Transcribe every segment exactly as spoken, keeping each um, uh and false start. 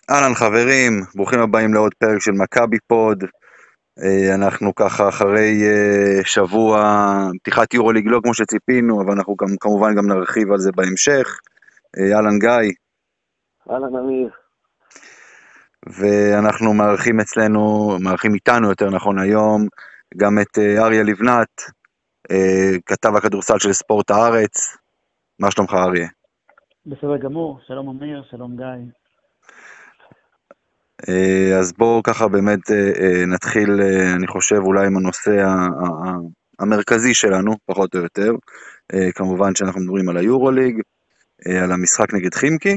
אהלן חברים, ברוכים הבאים לעוד פרק של מכבי פוד. אה, אנחנו ככה אחרי אה, שבוע פתיחת יורוליג, לא כמו שציפינו, אבל אנחנו גם, כמובן גם נרחיב על זה בהמשך. אה, אהלן גיא, אהלן אמיר. ואנחנו מארחים אצלנו, מארחים איתנו יותר נכון היום, גם את אה, אריה לבנת, אה, כתב הכדורסל של ספורט הארץ. מה שלומך אריה? בסדר גמור, שלום אמיר, שלום גיא. אה, אז בואו ככה באמת אה, אה, נתחיל, אה, אני חושב אולי עם הנושא ה- ה- המרכזי שלנו, פחות או יותר. אה, כמובן שאנחנו מדברים על היורוליג, אה, על המשחק נגד חימקי.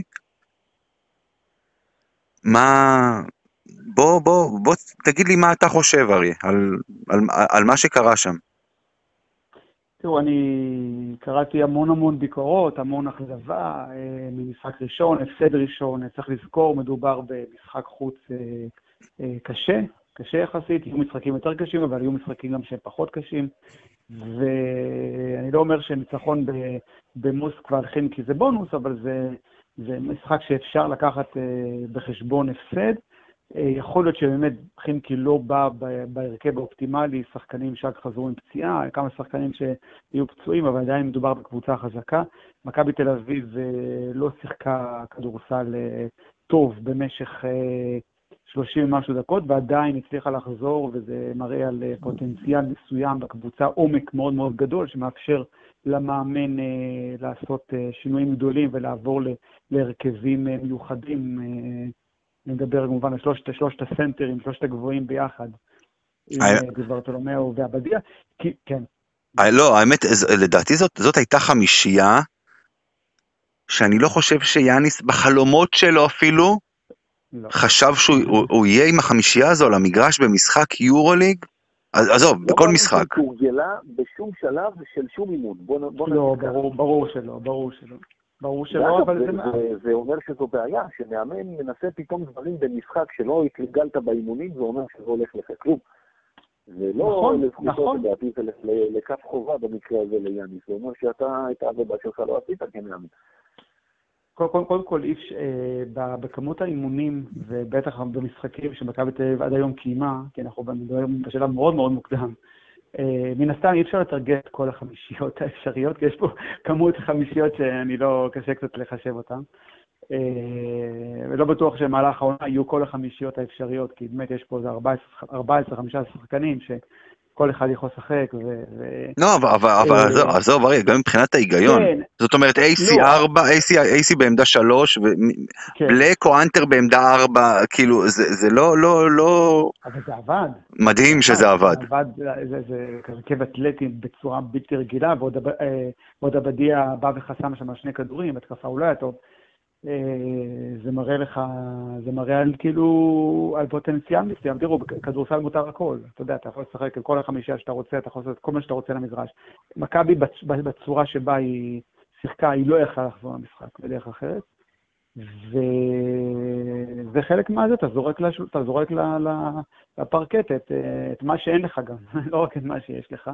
מה... בוא, בוא, בוא תגיד לי מה אתה חושב, אריה, על, על, על מה שקרה שם. תראו, אני קראתי המון המון ביקורות, המון אכזבה, אה, ממשחק ראשון, הפסד ראשון. צריך לזכור, מדובר במשחק חוץ אה, אה, קשה, קשה יחסית. יהיו משחקים יותר קשים, אבל יהיו משחקים גם שהם פחות קשים. ואני לא אומר שניצחון ב- במוסקבה על חימקי זה בונוס, אבל זה, זה משחק שאפשר לקחת אה, בחשבון הפסד. אה, יכול להיות שבאמת חימקי לא בא ב- בהרכב האופטימלי, שחקנים שרק חזרו עם פציעה, כמה שחקנים שיהיו פצועים, אבל עדיין מדובר בקבוצה חזקה. מכבי תל אביב אה, לא שיחקה כדורסל אה, טוב במשך אה, שלושים ומשהו דקות, ועדיין הצליחה לחזור, וזה מראה על אה, פוטנציאל מסוים בקבוצה, עומק מאוד מאוד גדול, שמאפשר למאמן אה, לעשות אה, שינויים גדולים ולעבור ל- להרכבים אה, מיוחדים. אה, נדבר כמובן על שלושת, שלושת הסנטרים, שלושת הגבוהים ביחד, עם אה, אה, דיברטולומיאו ועבדיה. כי, כן. אה, לא, האמת, ז- לדעתי זאת, זאת הייתה חמישייה, שאני לא חושב שיאניס בחלומות שלו אפילו, לא. חשב שהוא הוא, הוא יהיה עם החמישייה הזו על המגרש במשחק יורוליג. אז- עזוב, לא בכל מאמין משחק. שהיא תורגלה בשום שלב של שום אימון. בוא, נ- בוא לא, נגיד ככה. ברור, ברור שלא, ברור שלא. ברור שלא, ואגב, אבל זה, זה... זה, זה אומר שזו בעיה, שמאמן מנסה פתאום דברים במשחק שלא התרגלת באימונים, זה אומר שזה הולך לך כלום. זה לא נכון, לזכותו, נכון. לדעתי, זה ל- ל- לכף חובה במקרה הזה ליאניס. זה אומר שאתה את העבודה שלך לא עשית כמאמן. קודם כל, קודם כל, איש, אה, ב- בכמות האימונים, ובטח במשחקים שמכבי תל אביב עד היום קיימה, כי אנחנו מדברים בשלב מאוד מאוד מוקדם, אה, מן הסתם אי אפשר לתרגל את כל החמישיות האפשריות, כי יש פה כמות חמישיות שאני לא, קשה קצת לחשב אותן. אה, ולא בטוח שמהלך העונה יהיו כל החמישיות האפשריות, כי באמת יש פה איזה ארבע עשרה חמישה עשר שחקנים, שכל אחד יכול לשחק, ו... ו- לא, אבל, אבל, אבל אה, עזוב, עזוב, אריה, גם מבחינת ההיגיון. כן, זאת אומרת, לא, איי סי ארבע, איי סי, איי סי בעמדה שלוש, כן, ובלק או אנטר בעמדה ארבע, כאילו, זה, זה לא, לא, לא... אבל זה עבד. זה מדהים עבד, שזה עבד. זה עבד, זה, זה הרכב אתלטי בצורה בלתי רגילה, ועוד אב- אה, ועוד עבדיה בא וחסם שם שני כדורים, התקפה הוא לא היה טוב. אה, זה מראה לך, זה מראה על כאילו, על פוטנציאל מסוים. תראו, בכדורסל מותר הכל. אתה יודע, אתה יכול לשחק על כל החמישה שאתה רוצה, אתה יכול לעשות כל מה שאתה רוצה למגרש. מכבי בצ- בצורה שבה היא שיחקה, היא לא יכלה לחזור למשחק בדרך אחרת. וזה חלק מהזה, אתה זורק, לש... אתה זורק ל... ל... לפרקט את, את מה שאין לך גם, לא רק את מה שיש לך.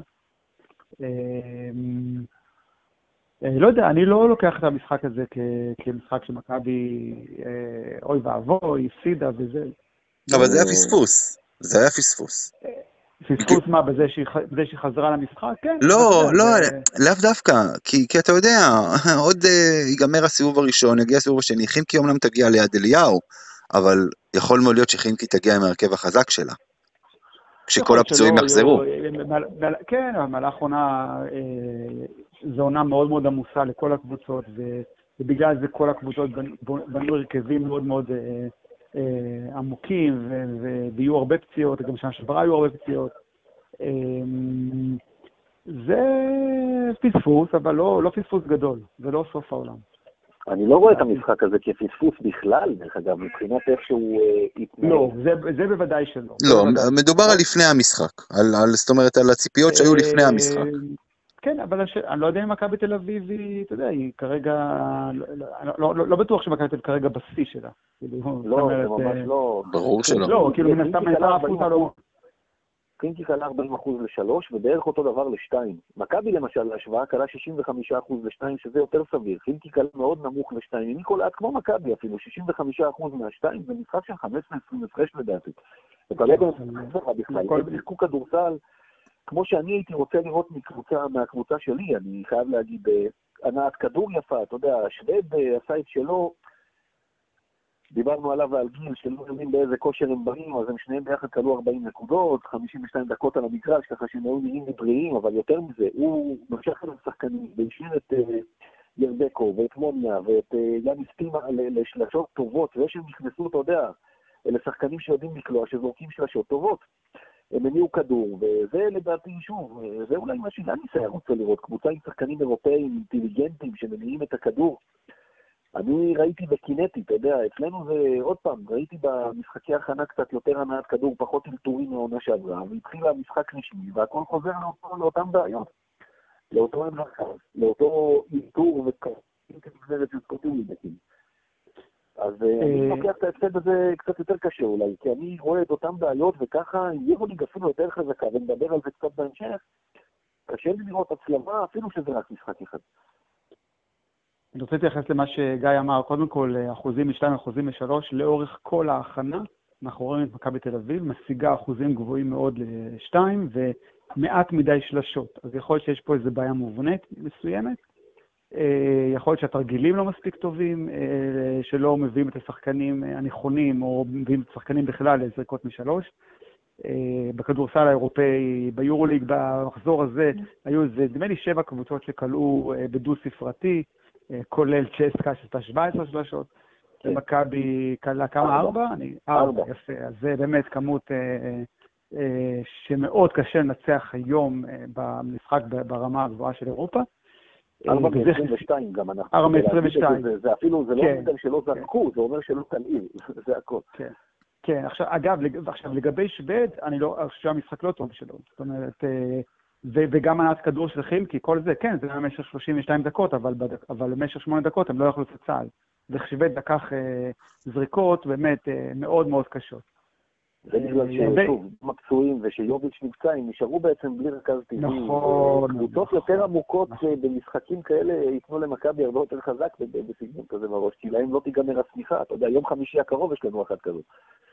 לא יודע, אני לא לוקח את המשחק הזה כ... כמשחק שמכבי אוי ואבוי, הפסידה וזה. אבל זה היה לא... פספוס. זה היה פספוס. פספוס מה, בזה שהיא, בזה שהיא חזרה למשחק? כן, אבל אתה לא, יודע, לא, זה... לאו דווקא, כי, כי אתה יודע, עוד uh, ייגמר הסיבוב הראשון, יגיע הסיבוב השני, חימקי אומנם תגיע ליד אליהו, אבל יכול מאוד להיות שחימקי תגיע עם ההרכב החזק שלה, יכול כשכל להיות הפצועים שלא, יחזרו. כן, המהלך עונה, זו עונה מאוד מאוד עמוסה לכל הקבוצות, ובגלל זה כל הקבוצות בנו הרכבים מאוד מאוד עמוקים, ויהיו הרבה פציעות, גם שנה שעברה היו הרבה פציעות. זה פספוס, אבל לא, לא פספוס גדול, זה לא סוף העולם. אני לא רואה את המשחק הזה כפספוס בכלל, דרך אגב, מבחינת איך שהוא התנהל. לא, זה, זה בוודאי שלא. לא, בוודאי. מדובר על לפני המשחק, על, על, זאת אומרת, על הציפיות שהיו לפני המשחק. כן, אבל הש... אני לא יודע אם מכבי תל אביב היא, אתה יודע, היא כרגע, לא, לא, לא, לא בטוח שמכבי תל אביב כרגע בשיא שלה. לא, זה ממש לא. ברור שלא. לא, כאילו מן הסתם הייתה עפו אותה לא... חינקי קלה ארבעים אחוז לשלוש, ובערך אותו דבר לשתיים. מכבי למשל, להשוואה קלה שישים וחמישה אחוז לשתיים, שזה יותר סביר. חינקי קלה מאוד נמוך לשתיים. אם כל עד כמו מכבי אפילו, שישים וחמישה אחוז מהשתיים, זה משחק של חמש עשרה עשרים הפרש לדעתי. אתה לא יודע בכלל, הם שיחקו כדורסל, כמו שאני הייתי רוצה לראות מקבוצה, מהקבוצה שלי, אני חייב להגיד, הנעת כדור יפה, אתה יודע, שווד עשה את שלו, דיברנו עליו ועל גיל, שלא יודעים באיזה כושר הם באים, אז הם שניהם ביחד קלו ארבעים נקודות, חמישים ושתיים דקות על המגרש, ככה שהם היו נראים מבריאים, אבל יותר מזה, הוא משך על השחקנים, והשאיר את uh, ירדקו ואת מוניה ואת uh, יאניס פימה לשלשות טובות, ושהם נכנסו, אתה יודע, אלה שחקנים שיודעים לקלוע, שזורקים שלשות טובות. הם הניעו כדור, וזה לדעתי, שוב, זה אולי מה שיאניס היה רוצה לראות, קבוצה עם שחקנים אירופאים, אינטליגנטים, שמניעים את הכדור. אני ראיתי בקינטי, אתה יודע, אצלנו זה, עוד פעם, ראיתי במשחקי הכנה קצת יותר הנעת כדור, פחות אלתורים מהעונה שעברה, והתחיל המשחק רשמי, והכל חוזר לאותו, לאותם בעיות, לאותו המרכז, לאותו אלתור וכאילו כנגזרת של ספורטים לדעתי. אז אני לוקח את ההפסד הזה קצת יותר קשה אולי, כי אני רואה את אותם בעיות, וככה, אם יורוליג אפילו יותר חזקה, ונדבר על זה קצת בהמשך, קשה לי לראות הצלבה, אפילו שזה רק משחק אחד. אני רוצה להתייחס למה שגיא אמר, קודם כל, אחוזים משתיים, אחוזים משלוש, לאורך כל ההכנה, אנחנו רואים את מכבי תל אביב, משיגה אחוזים גבוהים מאוד לשתיים, ומעט מדי שלשות. אז יכול להיות שיש פה איזו בעיה מובנית מסוימת, יכול להיות שהתרגילים לא מספיק טובים, שלא מביאים את השחקנים הנכונים, או מביאים את השחקנים בכלל לזריקות משלוש. בכדורסל האירופאי, ביורוליג, במחזור הזה, היו איזה, נדמה לי שבע קבוצות שקלעו בדו ספרתי, כולל צ'סקה שעשתה שבע עשרה שלשות, ומכבי קלה כמה? ארבע? ארבע, יפה. אז זה באמת כמות שמאוד קשה לנצח היום במשחק ברמה הגבוהה של אירופה. ארבע מ-עשרים ושתיים גם אנחנו. ארבע מ-עשרים ושתיים. זה אפילו, זה לא אומר שלא זרקו, זה אומר שלא תלעיר, זה הכל. כן. כן, עכשיו, אגב, עכשיו, לגבי שווד, אני לא, חושב שהמשחק לא טוב שלו. זאת אומרת, וגם הנעת כדור של חילקי, כל זה, כן, זה היה במשך שלושים ושתיים דקות, אבל, אבל במשך שמונה דקות הם לא יכלו לעשות צהל. ושווד לקח אה, זריקות באמת אה, מאוד מאוד קשות. זה בגלל ששוב, הפצועים ושיוביץ' נפצע, הם נשארו בעצם בלי רכז טבעי. נכון. קבוצות יותר עמוקות במשחקים כאלה ייתנו למכבי הרבה יותר חזק בסגנון כזה בראש, כי להם לא תיגמר השמיכה. אתה יודע, יום חמישי הקרוב יש לנו אחת כזאת.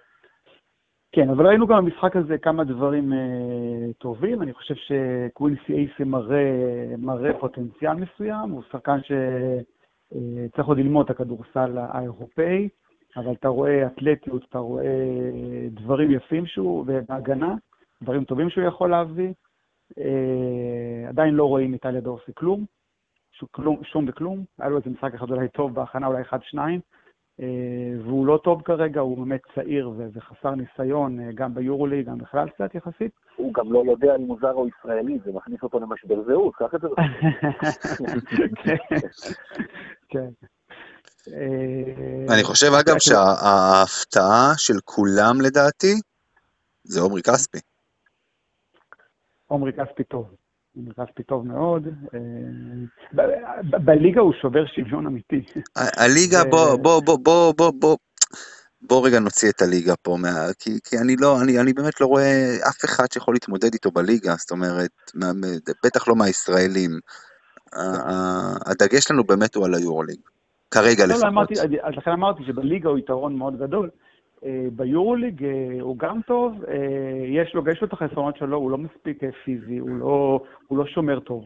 כן, אבל ראינו גם במשחק הזה כמה דברים uh, טובים. אני חושב שקווינסי אייסי מראה, מראה פוטנציאל מסוים. הוא שחקן שצריך uh, עוד ללמוד את הכדורסל האירופאי, אבל אתה רואה אתלטיות, אתה רואה דברים יפים שהוא, ובהגנה, דברים טובים שהוא יכול להביא. Uh, עדיין לא רואים איטליה דורסי כלום, כלום, שום וכלום. היה לו איזה משחק אחד אולי טוב בהכנה, אולי אחד שניים. והוא לא טוב כרגע, הוא באמת צעיר וחסר ניסיון, גם ביורוליג, גם בכלל קצת יחסית. הוא גם לא יודע אם הוא זר או ישראלי, זה מכניס אותו למשבר זהות, קח את זה. כן. אני חושב אגב שההפתעה של כולם לדעתי, זה עומרי כספי. עומרי כספי טוב. נראה פתאום מאוד. בליגה הוא שובר שוויון אמיתי. הליגה, בוא, בוא, בוא, בוא, בוא, בוא, בוא רגע נוציא את הליגה פה, כי, כי אני לא, אני, אני באמת לא רואה אף אחד שיכול להתמודד איתו בליגה, זאת אומרת, בטח לא מהישראלים. הדגש לנו באמת הוא על היורוליג, כרגע לפחות. אז לכן אמרתי שבליגה הוא יתרון מאוד גדול. ביורוליג הוא גם טוב, יש לו, יש לו את החסרונות שלו, הוא לא מספיק פיזי, הוא לא, הוא לא שומר טוב.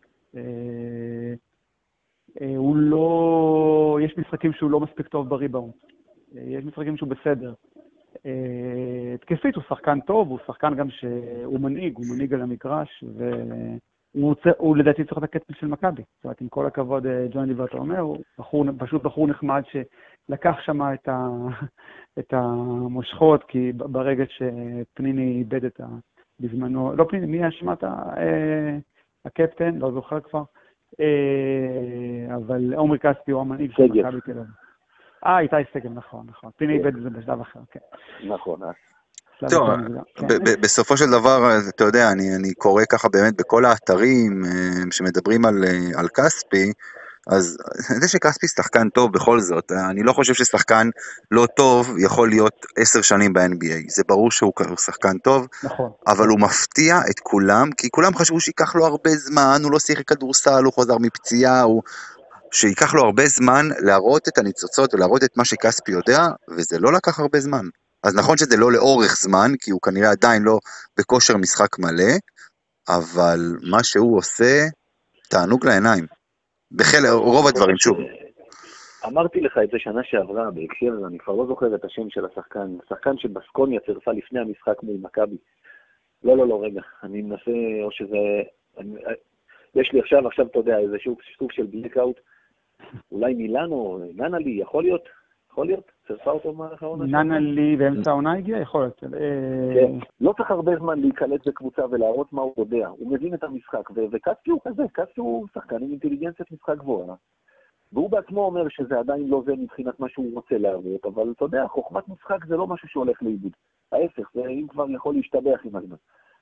הוא לא, יש משחקים שהוא לא מספיק טוב בריבאונד. יש משחקים שהוא בסדר. תקפית הוא שחקן טוב, הוא שחקן גם שהוא מנהיג, הוא מנהיג על המגרש, והוא רוצה, הוא לדעתי צריך את הקטן של מכבי. זאת אומרת, עם כל הכבוד, ג'ון ליבר אתה אומר, הוא בחור, פשוט בחור נחמד שלקח שם את ה... את המושכות, כי ברגע שפניני איבד את ה... בזמנו, לא פניני, מי השמעת? אה, הקפטן, לא זוכר כבר, אה, אבל עומרי כספי הוא המנהיג של מכבי תל אביב. אה, איתי סגל, נכון, נכון. פניני איבד את זה בשלב אחר, כן. נכון, אה. טוב, בסופו של דבר, אתה יודע, אני קורא ככה באמת בכל האתרים שמדברים על כספי, אז זה שקספי שחקן טוב בכל זאת, אני לא חושב ששחקן לא טוב יכול להיות עשר שנים ב-אן בי איי, זה ברור שהוא שחקן טוב, נכון. אבל הוא מפתיע את כולם, כי כולם חשבו שיקח לו הרבה זמן, הוא לא שיחק כדורסל, הוא חוזר מפציעה, הוא... שיקח לו הרבה זמן להראות את הניצוצות ולהראות את מה שקספי יודע, וזה לא לקח הרבה זמן. אז נכון שזה לא לאורך זמן, כי הוא כנראה עדיין לא בכושר משחק מלא, אבל מה שהוא עושה, תענוג לעיניים. בחלק, רוב הדברים, שוב. אמרתי לך את זה שנה שעברה בהקשר, אני כבר לא זוכר את השם של השחקן, שחקן שבסקוניה צירפה לפני המשחק מול מכבי. לא, לא, לא, רגע, אני מנסה, או שזה, אני, יש לי עכשיו, עכשיו אתה יודע, איזה סוג של בלקאוט, אולי מילאנו, ננלי, יכול להיות? יכול להיות? צירפה אותו במהלך העונה? ננלי באמצע העונה הגיע? יכול להיות. כן, לא צריך הרבה זמן להיקלט בקבוצה ולהראות מה הוא יודע, הוא מבין את המשחק, וקספי הוא כזה, קספי הוא שחקן עם אינטליגנציית משחק גבוהה, והוא בעצמו אומר שזה עדיין לא זה מבחינת מה שהוא רוצה להראות, אבל אתה יודע, חוכמת משחק זה לא משהו שהולך לאיבוד. ההפך, זה אם כבר יכול להשתבח עם הזמן.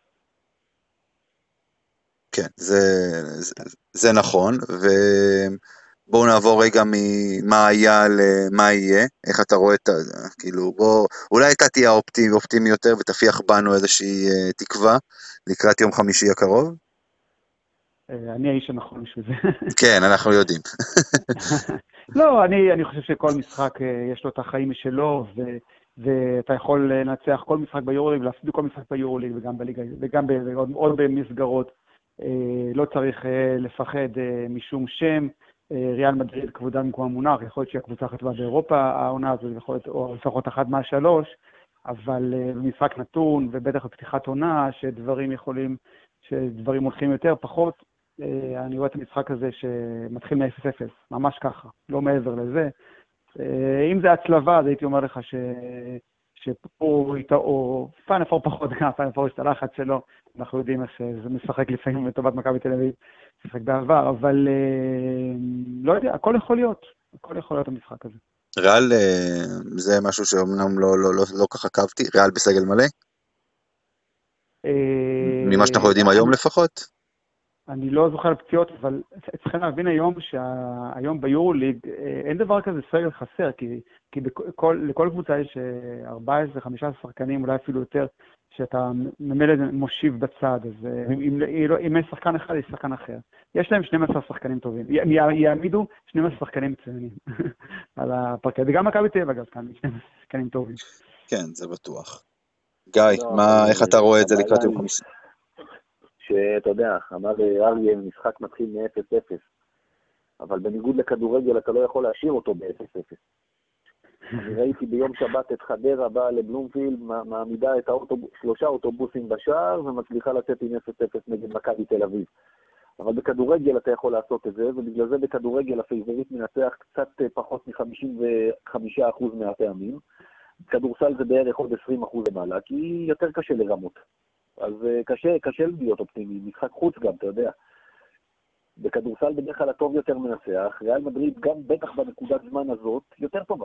כן, זה, זה, זה נכון, ובואו נעבור רגע ממה היה למה יהיה, איך אתה רואה את, כאילו, בוא, אולי אתה תהיה אופטימי, אופטימי יותר ותפיח בנו איזושהי תקווה לקראת יום חמישי הקרוב. אני האיש הנכון בשביל זה. כן, אנחנו יודעים. לא, אני, אני חושב שכל משחק יש לו את החיים משלו, ו, ואתה יכול לנצח כל משחק ביורוליג, ולהפסיד כל משחק ביורוליג, וגם בליגה, וגם בעוד, עוד במסגרות. לא צריך לפחד משום שם. ריאל מדריד כבודה במקום המונח, יכול להיות שהיא הקבוצה הכי באירופה, העונה הזו, יכול להיות, או לפחות אחת מהשלוש, אבל במשחק נתון, ובטח בפתיחת עונה, שדברים יכולים, שדברים הולכים יותר, פחות, אני רואה את המשחק הזה שמתחיל מ-אפס אפס, ממש ככה, לא מעבר לזה. אם זה הצלבה, אז הייתי אומר לך ש... שפה, או פאנפור פחות, פאנפור יש את הלחץ שלו, אנחנו יודעים שזה משחק לפעמים לטובת מכבי תל אביב, משחק בעבר, אבל לא יודע, הכל יכול להיות, הכל יכול להיות המשחק הזה. ריאל, זה משהו שאומנם לא, לא, לא, לא ככה קבתי, ריאל בסגל מלא? ממה שאנחנו יודעים היום לפחות? אני לא זוכר על פציעות, אבל צריכים להבין היום שהיום ביורוליג אין דבר כזה סגל חסר, כי, כי בכל, לכל קבוצה יש ארבע עשרה חמישה עשר שחקנים, אולי אפילו יותר, שאתה ממילא מושיב בצד, אז אם, אם יש שחקן אחד, יש שחקן אחר. יש להם שנים עשר שחקנים טובים, י, יעמידו שנים עשר שחקנים מצוינים על הפרקט, וגם מכבי תל אביב אגב, כאן שנים עשר שחקנים טובים. כן, זה בטוח. גיא, לא, מה, איך אתה רואה את זה לקראת יום חמישי? שאתה יודע, אמר אריה, משחק מתחיל מ-אפס אפס, אבל בניגוד לכדורגל אתה לא יכול להשאיר אותו ב-אפס אפס. אני ראיתי ביום שבת את חדרה באה לבלומפילד, מעמידה את האוטובוס, שלושה אוטובוסים בשער, ומצליחה לצאת עם אפס אפס נגד מכבי תל אביב. אבל בכדורגל אתה יכול לעשות את זה, ובגלל זה בכדורגל הפייבוריט מנצח קצת פחות מ-חמישים וחמישה אחוז מהפעמים. כדורסל זה בערך עוד עשרים אחוז למעלה, כי יותר קשה לרמות. אז קשה, קשה להיות אופטימי, משחק חוץ גם, אתה יודע. בכדורסל בדרך כלל הטוב יותר מנצח, ריאל מדריד גם בטח בנקודת זמן הזאת יותר טובה.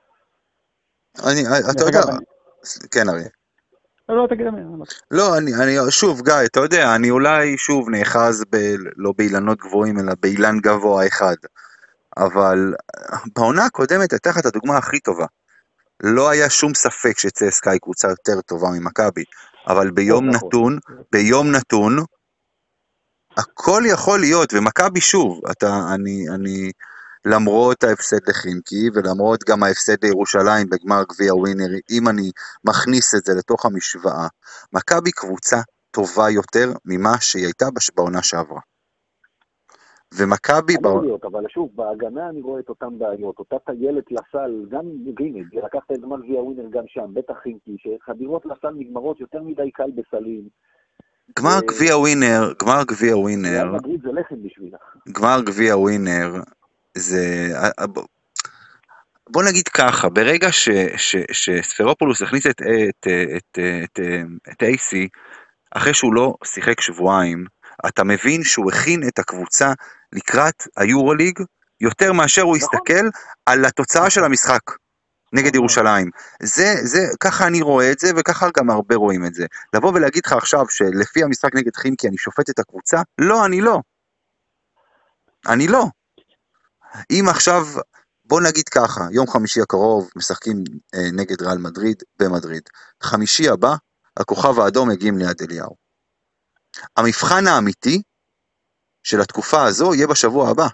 אני, אתה יודע, כן אריה. לא, לא, תגיד אמיר. לא, אני, אני, שוב גיא, אתה יודע, אני אולי שוב נאחז ב, לא באילנות גבוהים, אלא באילן גבוה אחד. אבל בעונה הקודמת הייתה לך את הדוגמה הכי טובה. לא היה שום ספק שצסקה היא קבוצה יותר טובה ממכבי, אבל ביום נתון, ביום נתון, הכל יכול להיות, ומכבי שוב, אתה, אני, אני, למרות ההפסד לחינקי, ולמרות גם ההפסד לירושלים בגמר גביע ווינר, אם אני מכניס את זה לתוך המשוואה, מכבי קבוצה טובה יותר ממה שהיא הייתה בעונה שעברה. ומכבי... יכול להיות, אבל שוב, בהגנה אני רואה את אותם בעיות, אותה טיילת לסל, גם גרימד, לקחת את זמן גביע ווינר גם שם, בטח חינקי, שחדירות לסל נגמרות יותר מדי קל בסלים. גמר גביע ווינר, גמר גביע ווינר... ריאל מדריד זה לחם בשבילה. גמר גביע ווינר זה... בוא נגיד ככה, ברגע ש, ש, שספרופולוס הכניס את, את, את, את, את אייסי, אחרי שהוא לא שיחק שבועיים, אתה מבין שהוא הכין את הקבוצה לקראת היורוליג, יותר מאשר הוא יסתכל על התוצאה של המשחק נגד ירושלים. זה, זה, ככה אני רואה את זה, וככה גם הרבה רואים את זה. לבוא ולהגיד לך עכשיו שלפי המשחק נגד חינקי אני שופט את הקבוצה, לא, אני לא. אני לא. אם עכשיו, בוא נגיד ככה, יום חמישי הקרוב משחקים אה, נגד ריאל מדריד במדריד. חמישי הבא, הכוכב האדום מגיעים ליד אליהו. המבחן האמיתי של התקופה הזו יהיה בשבוע הבא.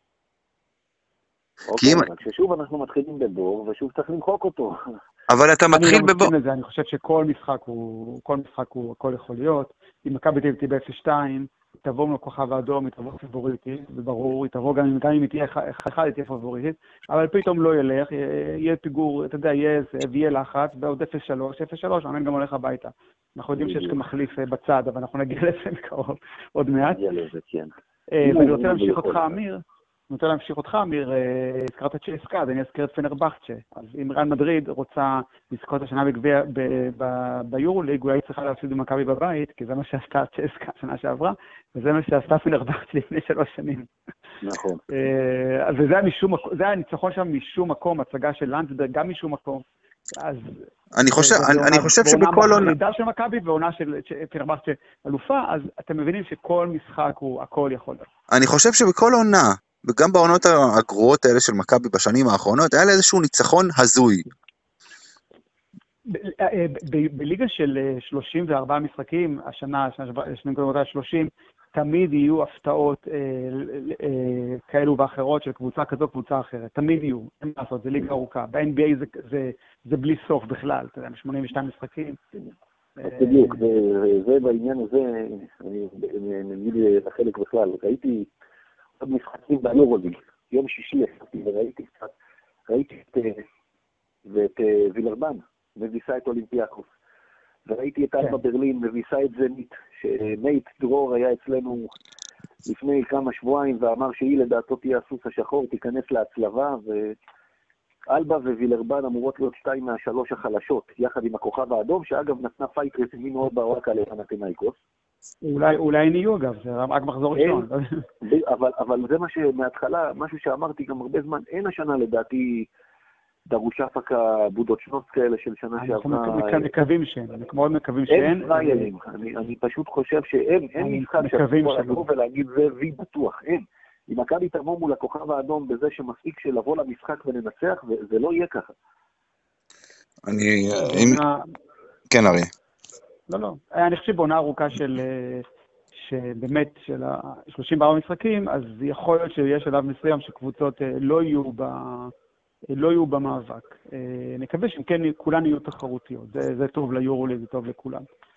כי אוקיי, אם, רק ששוב אנחנו מתחילים בבור, ושוב צריך למחוק אותו. אבל אתה אני מתחיל לא בבוא, מסכים לזה, אני חושב שכל משחק הוא, כל משחק הוא, הכל יכול להיות. אם מכבי תל אביב תהיה ב-אפס שתיים, תבוא עם הכוכב האדום, היא תבוא פבוריטית, זה ברור, היא תבוא גם, גם אם היא תהיה אחד אחד, היא תהיה פבוריטית, אבל פתאום לא ילך, יהיה פיגור, אתה יודע, יהיה זה, ויהיה לחץ, ועוד אפס שלוש, אפס שלוש, אמן גם הולך הביתה. אנחנו יודעים שיש כמחליף בצד, אבל אנחנו נגיע לזה מקרוב עוד מעט. נגיע לזה, כן. ואני רוצה להמשיך אותך, אמיר, אני רוצה להמשיך אותך, אמיר, הזכרת צ'סקה, אז אני אזכר את פנרבחצ'ה. אז אם ריאל מדריד רוצה לזכות השנה בגביע ביורוליג, אולי היא צריכה להפסיד במכבי בבית, כי זה מה שעשתה צ'סקה השנה שעברה, וזה מה שעשתה פנרבחצ'ה לפני שלוש שנים. נכון. וזה היה משום, זה היה ניצחון שם משום מקום, הצגה של לנדסברג, גם משום מקום. אז אני חושב, אני, אני חושב שבכל בעונה עונה, מחרידה של מכבי ועונה של פנרבחצ'ה אלופה, אז אתם מבינים שכל משחק הוא הכל יכול להיות. אני חושב שבכל עונה, וגם בעונות הגרועות האלה של מכבי בשנים האחרונות, היה לה איזשהו ניצחון הזוי. בליגה של שלושים וארבעה משחקים, השנה, שנים קודמות היה שלושים, תמיד יהיו הפתעות כאלו ואחרות של קבוצה כזו, קבוצה אחרת. תמיד יהיו, אין לעשות, זה ליגה ארוכה. ב-אן בי איי זה, זה, זה בלי סוף בכלל, אתה יודע, שמונים ושתיים משחקים. בדיוק, וזה בעניין הזה, אני נגיד לחלק בכלל, ראיתי עוד משחקים ביורוליג, יום שישי וראיתי קצת, ראיתי את וילרבן, מביסה את אולימפיאקוס, וראיתי את אלבה ברלין, מביסה את זנית, שמייט דרור היה אצלנו לפני כמה שבועיים, ואמר שהיא לדעתו תהיה הסוס השחור, תיכנס להצלבה, ואלבה ווילרבן אמורות להיות שתיים מהשלוש החלשות, יחד עם הכוכב האדום, שאגב נתנה פייט רציני מאוד באורקה לפנתינייקוס. אולי, אולי נהיו אגב, זה רק מחזור ראשון. אבל, אבל זה מה שמההתחלה, משהו שאמרתי גם הרבה זמן, אין השנה לדעתי דרושה פקה בודות שנות כאלה של שנה שעברה. אנחנו מקווים שאין, אנחנו מאוד מקווים שאין. אין פריילים, אני, אני פשוט חושב שאין, אין משחק שאפשר לבוא ולהגיד זה וי בטוח, אין. אם מכבי תבוא מול הכוכב האדום בזה שמספיק שלבוא למשחק וננצח, וזה לא יהיה ככה. אני, כן אריה. לא, לא. אני חושב בעונה ארוכה של, שבאמת, של ה-שלושים וארבעה משחקים, אז יכול להיות שיש שלב מסוים שקבוצות לא יהיו ב... לא יהיו במאבק. נקווה שהם כן, כולן יהיו תחרותיות. זה, זה טוב ליורוליג, זה טוב לכולם.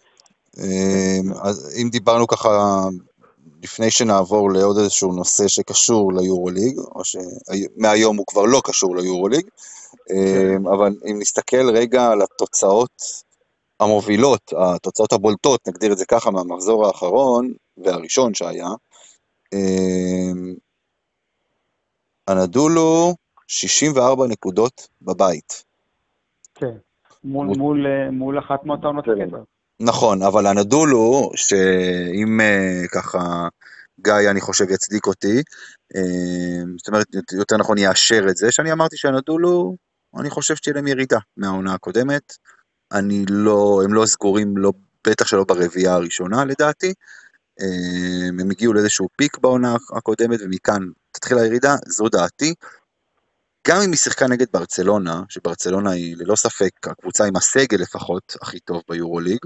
אז אם דיברנו ככה, לפני שנעבור לעוד איזשהו נושא שקשור ליורוליג, או שמהיום הוא כבר לא קשור ליורוליג, אבל אם נסתכל רגע על התוצאות המובילות, התוצאות הבולטות, נגדיר את זה ככה, מהמחזור האחרון והראשון שהיה, הנדולו שישים וארבע נקודות בבית. כן, מול, מול, מול אחת מהטעונות הקטע. נכון, אבל הנדולו, שאם ככה גיא אני חושב יצדיק אותי, זאת אומרת יותר נכון יאשר את זה, שאני אמרתי שהנדולו, אני חושב שתהיה להם ירידה מהעונה הקודמת, אני לא, הם לא סגורים, לא, בטח שלא ברביעייה הראשונה לדעתי, הם הגיעו לאיזשהו פיק בעונה הקודמת, ומכאן תתחיל הירידה, זו דעתי, גם אם היא שיחקה נגד ברצלונה, שברצלונה היא ללא ספק הקבוצה עם הסגל לפחות הכי טוב ביורוליג,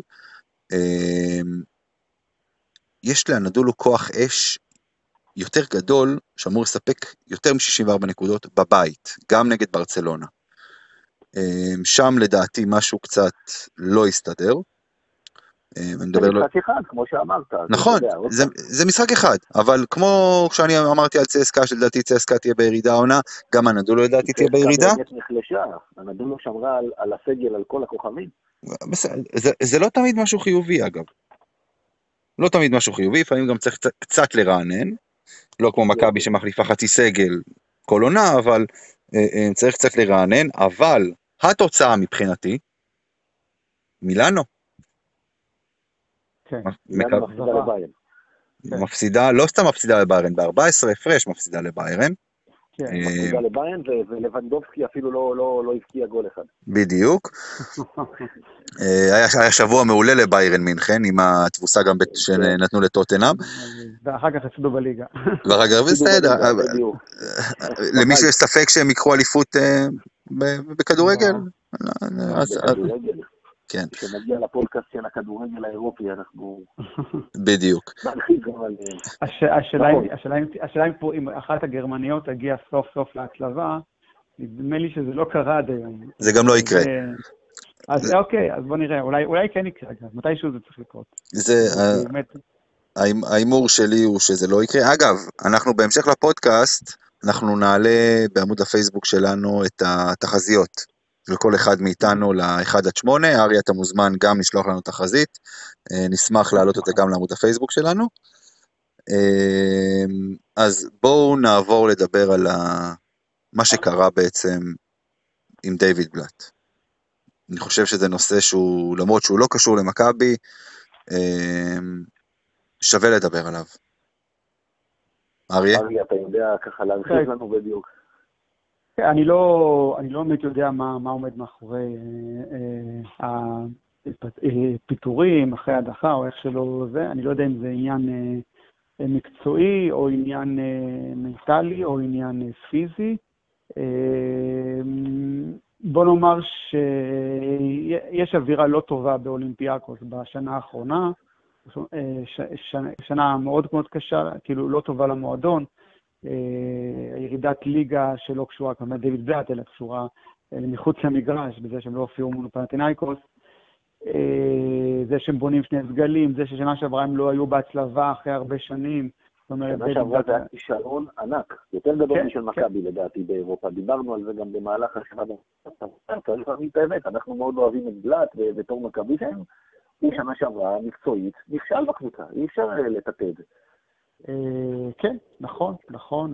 יש לאנדולו כוח אש יותר גדול, שאמור לספק יותר מ-שישים וארבע נקודות בבית, גם נגד ברצלונה. שם לדעתי משהו קצת לא יסתדר. זה משחק אחד, כמו שאמרת. נכון, זה, זה משחק אחד, אבל כמו כשאני אמרתי על צסקה, שלדעתי צסקה תהיה בירידה העונה, גם הנדולו לדעתי תהיה בירידה. צסקה באמת נחלשה, הנדולו שמרה על, על הסגל, על כל הכוכבים. זה, זה לא תמיד משהו חיובי אגב. לא תמיד משהו חיובי, לפעמים גם צריך קצת לרענן, לא כמו מכבי שמחליפה חצי סגל כל עונה, אבל צריך קצת לרענן, אבל התוצאה מבחינתי, מילאנו. כן, מילאנו מפסידה לביירן. מפסידה, לא סתם מפסידה לביירן, ב-ארבע עשרה הפרש מפסידה לביירן. מחזיקה לביירן, ולבנדובסקי אפילו לא הבקיע גול אחד. בדיוק. היה שבוע מעולה לביירן מינכן, עם התבוסה גם שנתנו לטוטנהאם. ואחר כך הפסידו בליגה. ואחר כך בסדר. למי שיש ספק שהם יקחו אליפות בכדורגל? בכדורגל. כן. כשנגיע לפודקאסט של הכדורגל האירופי, אנחנו... בדיוק. השאלה אם אחת הגרמניות תגיע סוף סוף להצלבה, נדמה לי שזה לא קרה עד היום. זה גם לא יקרה. אז אוקיי, אז בוא נראה, אולי כן יקרה, מתישהו זה צריך לקרות. זה... האימור שלי הוא שזה לא יקרה. אגב, אנחנו בהמשך לפודקאסט, אנחנו נעלה בעמוד הפייסבוק שלנו את התחזיות של כל אחד מאיתנו ל-אחד עד שמונה. ארי, אתה מוזמן גם לשלוח לנו תחזית, נשמח להעלות אותה גם לעמוד הפייסבוק שלנו. אז בואו נעבור לדבר על מה שקרה בעצם עם דיוויד בלאט. אני חושב שזה נושא שהוא, למרות שהוא לא קשור למכבי, שווה לדבר עליו. אריה? אריה, אתה יודע ככה להרחיב לנו בדיוק. אני לא, אני לא באמת יודע מה, מה עומד מאחורי הפיטורים, אחרי הדחה או איך שלא זה. אני לא יודע אם זה עניין מקצועי או עניין מנטלי או עניין פיזי. בוא נאמר שיש אווירה לא טובה באולימפיאקוס בשנה האחרונה, שנה מאוד מאוד קשה, כאילו לא טובה למועדון, ירידת ליגה שלא קשורה, כמו דיוויד בלאט, אלא קשורה מחוץ למגרש, בזה שהם לא הופיעו מול פנתינייקוס, זה שהם בונים שני סגלים, זה ששנה שעברה הם לא היו בהצלבה אחרי הרבה שנים, שנה שעברה זה היה כישלון ענק, יותר גדול משל מכבי לדעתי באירופה, דיברנו על זה גם במהלך השנה, צריך להבין את האמת, אנחנו מאוד אוהבים את בלאט בתור מכבי שהם, היא שנה שעברה מקצועית, נכשל בקבוצה, אי אפשר לטאטא את זה. כן, נכון, נכון,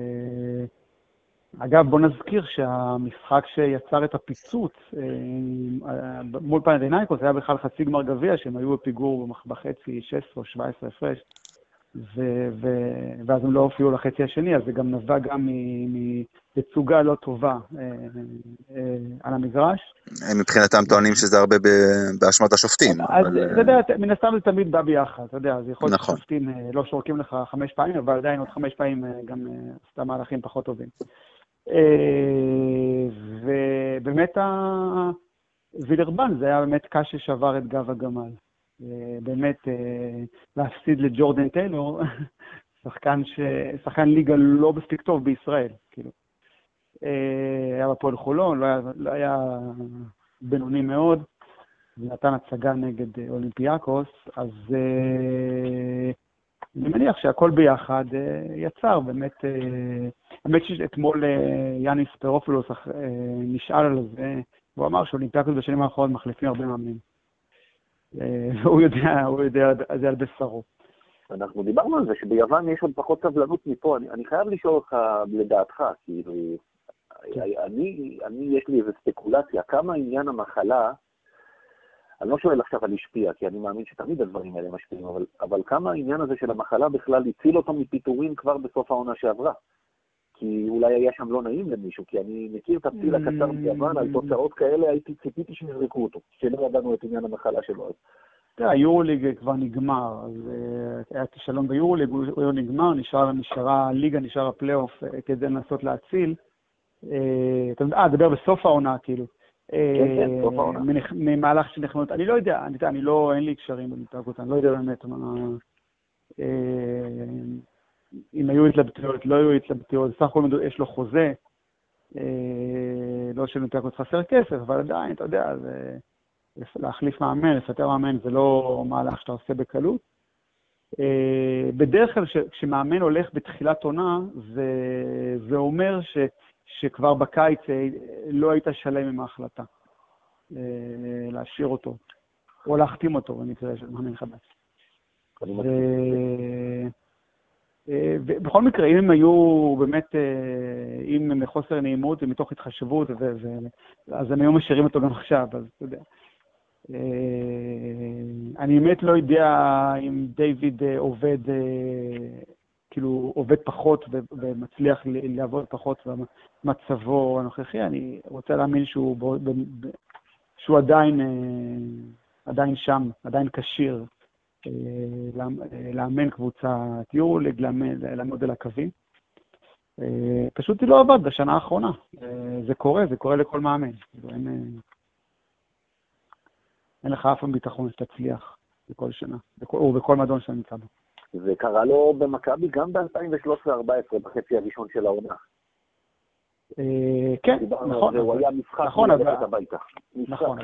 אגב, בוא נזכיר שהמשחק שיצר את הפיצוץ מול פנתינייקוס היה בכלל חצי גמר גביע, שהם היו בפיגור בחצי שש עשרה או שבע עשרה הפרש, ואז הם לא הופיעו לחצי השני, אז זה גם נבע גם מתצוגה לא טובה על המגרש. הם מבחינתם טוענים שזה הרבה באשמת השופטים. אז אתה יודע, מן הסתם זה תמיד בא ביחד, אתה יודע, זה יכול להיות שופטים לא שורקים לך חמש פעמים, אבל עדיין עוד חמש פעמים גם עשתה מהלכים פחות טובים. ובאמת וילרבן, זה היה באמת קש ששבר את גב הגמל. באמת להפסיד לג'ורדן טיילור, שחקן ש... שחקן ליגה לא בספיק טוב בישראל, כאילו. היה בפועל חולון, לא היה, לא היה בינוני מאוד, ונתן הצגה נגד אולימפיאקוס, אז אני מניח שהכל ביחד יצר, באמת, באמת שאתמול יאניס פרופולוס נשאל על זה, והוא אמר שאולימפיאקוס בשנים האחרונות מחליפים הרבה מאמנים. הוא יודע, הוא יודע, זה על בשרו. אנחנו דיברנו על זה שביוון יש עוד פחות סבלנות מפה. אני, אני חייב לשאול אותך לדעתך, כאילו, אני, אני, יש לי איזו ספקולציה, כמה עניין המחלה, אני לא שואל עכשיו על השפיע, כי אני מאמין שתמיד הדברים האלה משפיעים, אבל, אבל כמה העניין הזה של המחלה בכלל הציל אותו מפיטורים כבר בסוף העונה שעברה? כי אולי היה שם לא נעים למישהו, כי אני מכיר את הפציל הקצר ביוון, על תוצאות כאלה הייתי ציפיתי שנזרקו אותו, שלא ידענו את עניין המחלה שלו. תראה, היורוליג כבר נגמר, אז היה כישלון ביורוליג, הוא נגמר, נשארה הליגה, נשאר הפלייאוף כדי לנסות להציל. אתה יודע, דבר בסוף העונה, כאילו. כן, כן, בסוף העונה. ממהלך שנכנות, אני לא יודע, אני לא, אין לי קשרים במתאגות, אני לא יודע באמת מה... אם היו התלבטויות, לא היו התלבטויות, סך הכל יש לו חוזה, לא שנתקות חסר כסף, אבל עדיין, אתה יודע, זה להחליף מאמן, לפטר מאמן, זה לא מהלך שאתה עושה בקלות. בדרך כלל, כשמאמן הולך בתחילת עונה, זה, זה אומר ש, שכבר בקיץ לא היית שלם עם ההחלטה, להשאיר אותו, או להחתים אותו במקרה של מאמן חדש. ו... בכל מקרה, אם הם היו באמת, אם הם מחוסר נעימות ומתוך התחשבות, אז הם היו משאירים אותו גם עכשיו, אז אתה יודע. אני באמת לא יודע אם דיוויד עובד כאילו עובד פחות ומצליח לעבוד פחות במצבו הנוכחי. אני רוצה להאמין שהוא, ב, ב, ב, שהוא עדיין, עדיין שם, עדיין קשיר, לאמן קבוצת יורוליג, לעמוד על הקווים. פשוט היא לא עבד בשנה האחרונה. זה קורה, זה קורה לכל מאמן. אין, אין לך אף ביטחון שתצליח בכל שנה, או בכל מדון שאתה נמצא בו. זה קרה לו במכבי גם ב-אלפיים ושלוש עשרה ארבע עשרה, בחצי הראשון של העונה. כן, נכון. הוא היה משחק מלכת הביתה. נכון,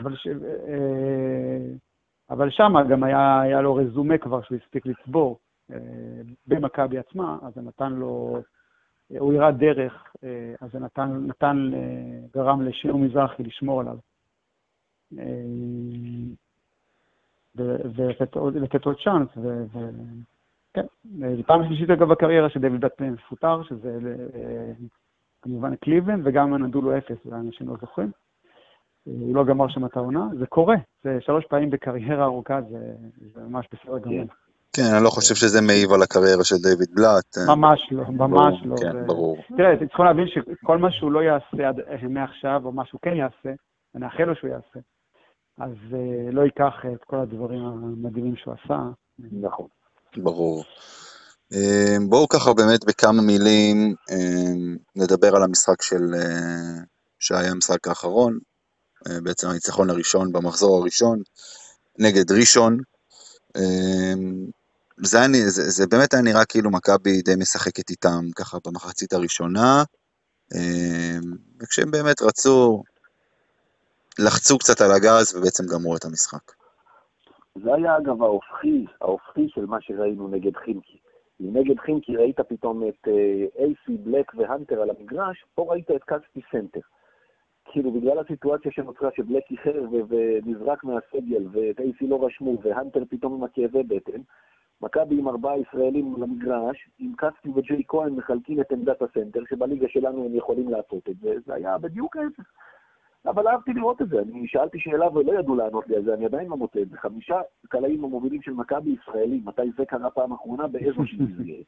אבל שם גם היה לו רזומה כבר שהוא הספיק לצבור במכבי עצמה, אז זה נתן לו, הוא ירד דרך, אז זה נתן, נתן, גרם לשיר מזרחי לשמור עליו. ולתת עוד צ'אנס, וכן, זו פעם שלישית אגב בקריירה שדייוויד בטמן מפוטר, שזה כמובן קליבלנד, וגם נדעו לו אפס, ואנשים לא זוכרים. הוא לא גמר שם את העונה, זה קורה, זה שלוש פעמים בקריירה ארוכה, זה, זה ממש בסדר גמור. כן, אני לא חושב שזה מעיב על הקריירה של דיוויד בלאט. ממש לא, ממש לא. כן, ברור. תראה, צריכים להבין שכל מה שהוא לא יעשה עד מעכשיו, או מה שהוא כן יעשה, אני אאחל לו שהוא יעשה, אז לא ייקח את כל הדברים המדהימים שהוא עשה. נכון. ברור. בואו ככה באמת בכמה מילים נדבר על המשחק של, שהיה המשחק האחרון, בעצם הניצחון הראשון במחזור הראשון, נגד ראשון. זה, זה, זה באמת היה נראה כאילו מכבי די משחקת איתם ככה במחצית הראשונה, וכשהם באמת רצו, לחצו קצת על הגז ובעצם גמרו את המשחק. זה היה אגב ההופכי, ההופכי של מה שראינו נגד חינקי. נגד חינקי ראית פתאום את אייסי, בלק והנטר על המגרש, פה ראית את קספי סנטר. כאילו בגלל הסיטואציה שנוצרה שבלק איחר ונזרק מהסגל ואת אייסי לא רשמו והנטר פתאום עם הכאבי בטן, מכבי עם ארבעה ישראלים למגרש, עם קספי וג'יי כהן מחלקים את עמדת הסנטר, שבליגה שלנו הם יכולים לעשות את זה, זה היה בדיוק ההפך. אבל אהבתי לראות את זה, אני שאלתי שאלה ולא ידעו לענות לי על זה, אני עדיין לא מוצא את זה. חמישה קלעים המובילים של מכבי ישראלים, מתי זה קרה פעם אחרונה, באיזו שמסגרת.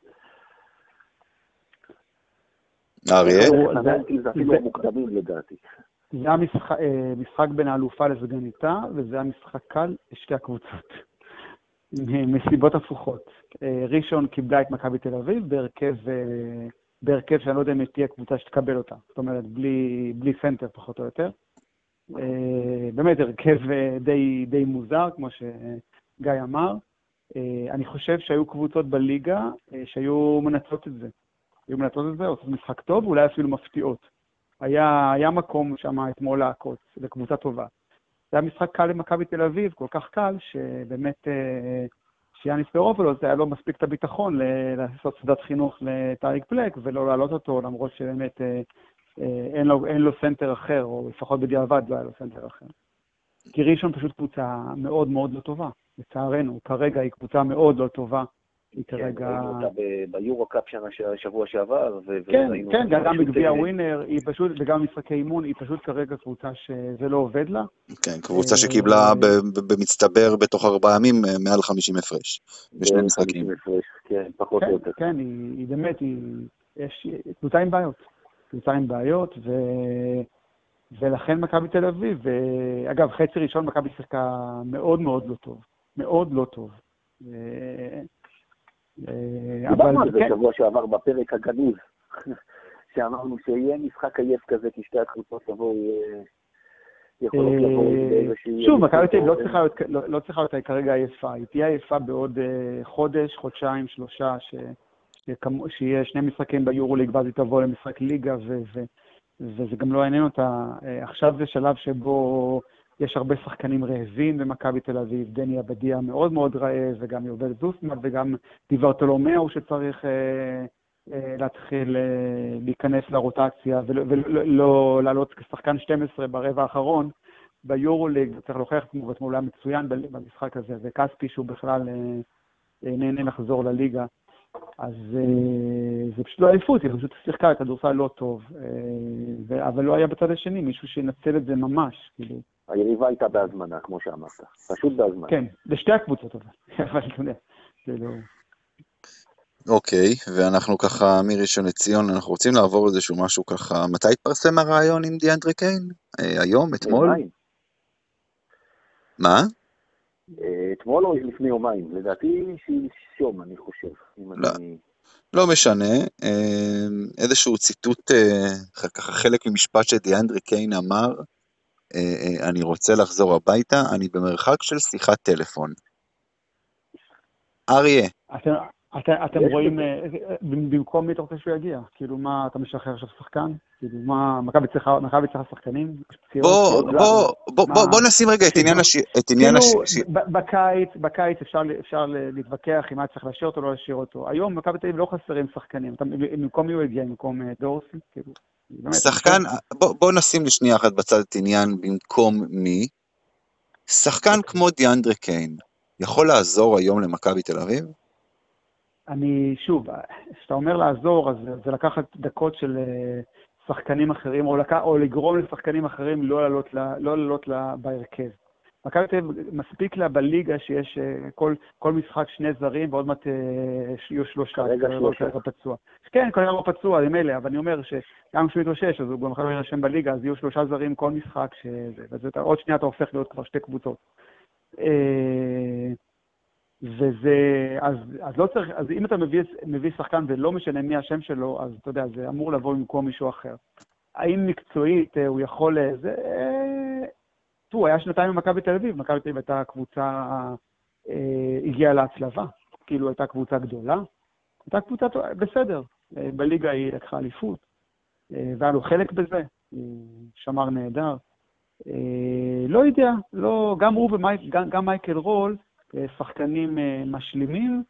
אריה? זה אפילו המוקדמים לדעתי. זה היה משחק בין האלופה לסגניתה, וזה היה משחק קל לשתי הקבוצות. מסיבות הפוכות. ראשון קיבלה את מכבי תל אביב בהרכב, בהרכב שאני לא יודע אם תהיה קבוצה שתקבל אותה. זאת אומרת, בלי, בלי סנטר פחות או יותר. באמת, הרכב די, די מוזר, כמו שגיא אמר. אני חושב שהיו קבוצות בליגה שהיו מנצלות את זה. היו מנצלות את זה, עושות משחק טוב, אולי אפילו מפתיעות. היה, היה מקום שם אתמול לעקוץ, זו קבוצה טובה. זה היה משחק קל למכבי תל אביב, כל כך קל, שבאמת שיאניס פרופולוס, זה היה לא מספיק את הביטחון לעשות סדרת חינוך לטאריק פלק, ולא להעלות אותו, למרות שבאמת אין לו, אין לו סנטר אחר, או לפחות בדיעבד לא היה לו סנטר אחר. כי ראשון פשוט קבוצה מאוד מאוד לא טובה, לצערנו, כרגע היא קבוצה מאוד לא טובה, היא כרגע... כן, ראינו אותה ביורו-קאפ שבוע שעבר, כן, כן, גם בגביע ווינר, היא פשוט, וגם משחקי אימון, היא פשוט כרגע קבוצה שזה לא עובד לה. כן, קבוצה שקיבלה במצטבר בתוך ארבעה ימים מעל חמישים הפרש, בשני משחקים. כן, פחות או יותר. כן, היא באמת, יש קבוצה עם בעיות, קבוצה עם בעיות, ולכן מכבי תל אביב, אגב, חצי ראשון מכבי שיחקה מאוד מאוד לא טוב, מאוד לא טוב. דיברנו על זה שבוע שעבר בפרק הגניב, שאמרנו שיהיה משחק עייף כזה, כי שתי הקבוצות יבואו, יכולות לבוא באיזושהי... שוב, מכבי תל אביב לא צריכה להיות כרגע עייפה, היא תהיה עייפה בעוד חודש, חודשיים, שלושה, שיהיה שני משחקים ביורוליג, ואז היא תבוא למשחק ליגה, וזה גם לא יעניין אותה. עכשיו זה שלב שבו יש הרבה שחקנים רעבים במכבי תל אביב, דני אבדיה מאוד מאוד רעב, וגם יובל זוסמן, וגם דיברטולומיאו שצריך אה, אה, להתחיל אה, להיכנס לרוטציה, ולא, ולא לעלות כשחקן שתים עשרה ברבע האחרון, ביורוליג, צריך להוכיח תמול היה מצוין במשחק הזה, וקספי שהוא בכלל אה, אה, נהנה לחזור לליגה, אז אה, זה פשוט לא עייפות, היא פשוט שיחקה, כדורסל לא טוב, אה, ו- אבל לא היה בצד השני, מישהו שינצל את זה ממש, כאילו. היריבה הייתה בהזמנה, כמו שאמרת. פשוט בהזמנה. כן, לשתי הקבוצות, אבל. אבל אתה יודע, זה לא... אוקיי, ואנחנו ככה מראשון לציון, אנחנו רוצים לעבור איזשהו משהו ככה, מתי התפרסם הרעיון עם דיאנדרה קיין? אה, היום? אתמול? יומיים. מה? אה, אתמול או לפני יומיים, לדעתי שלשום, אני חושב. אם לא, אני... לא משנה, אה, איזשהו ציטוט, אה, ככה חלק ממשפט שדיאנדרה קיין אמר, אה, אה, אני רוצה לחזור הביתה, אני במרחק של שיחת טלפון. אריה, אתם, אתם, אתם יש רואים, בזה. אה, אה, במקום מי אתה רוצה שהוא יגיע? כאילו, מה, אתה משחרר עכשיו שחקן? כאילו, מה, מכבי צריכה, מכבי צריכה שחקנים? יש פציעות? בוא, עוד זר. בוא, בוא, בוא, מה, בוא נשים רגע את עניין כאילו, הש... את עניין הש... כאילו, ש... ב- בקיץ, בקיץ אפשר, אפשר להתווכח אם היה צריך להשאיר אותו או לא להשאיר אותו. היום מכבי תל אביב לא חסרים שחקנים. אתה, במקום מי הוא הגיע? במקום אה, דורסי? כאילו, באמת, אני שואל. שחקן, בוא, בוא נשים לשנייה אחת בצד את עניין במקום מי, שחקן אוקיי. כמו דיאנדרה קיין, יכול לעזור היום למכבי תל אביב? אני, שוב, כשאתה אומר לעזור, אז זה, זה לקחת דקות של אה, שחקנים אחרים, או, לק... או לגרום לשחקנים אחרים לא לעלות, לה, לא לעלות לה בהרכב. מכבי תל אביב מספיק לה בליגה שיש אה, כל, כל משחק שני זרים, ועוד מעט אה, יהיו שלושה. כרגע שלושה. כרגע פצוע. כן, כרגע לא פצוע, עם אלה, אבל אני אומר שגם כשהוא מתאושש, אז הוא גם יכול להירשם בליגה, אז יהיו שלושה זרים כל משחק, שזה, וזה, עוד שנייה אתה הופך להיות כבר שתי קבוצות. אה, וזה, אז, אז לא צריך, אז אם אתה מביא, מביא שחקן ולא משנה מי השם שלו, אז אתה יודע, זה אמור לבוא במקום מישהו אחר. האם מקצועית אה, הוא יכול, אה, זה, אה, תראו, היה שנתיים במכבי תל אביב, מכבי תל אביב הייתה קבוצה, אה, הגיעה להצלבה, כאילו הייתה קבוצה גדולה, הייתה קבוצה בסדר, אה, בליגה היא לקחה אליפות, אה, והיה לו חלק בזה, הוא שמר נהדר. אה, לא יודע, לא, גם הוא ומייק, גם, גם מייקל רול, שחקנים משלימים,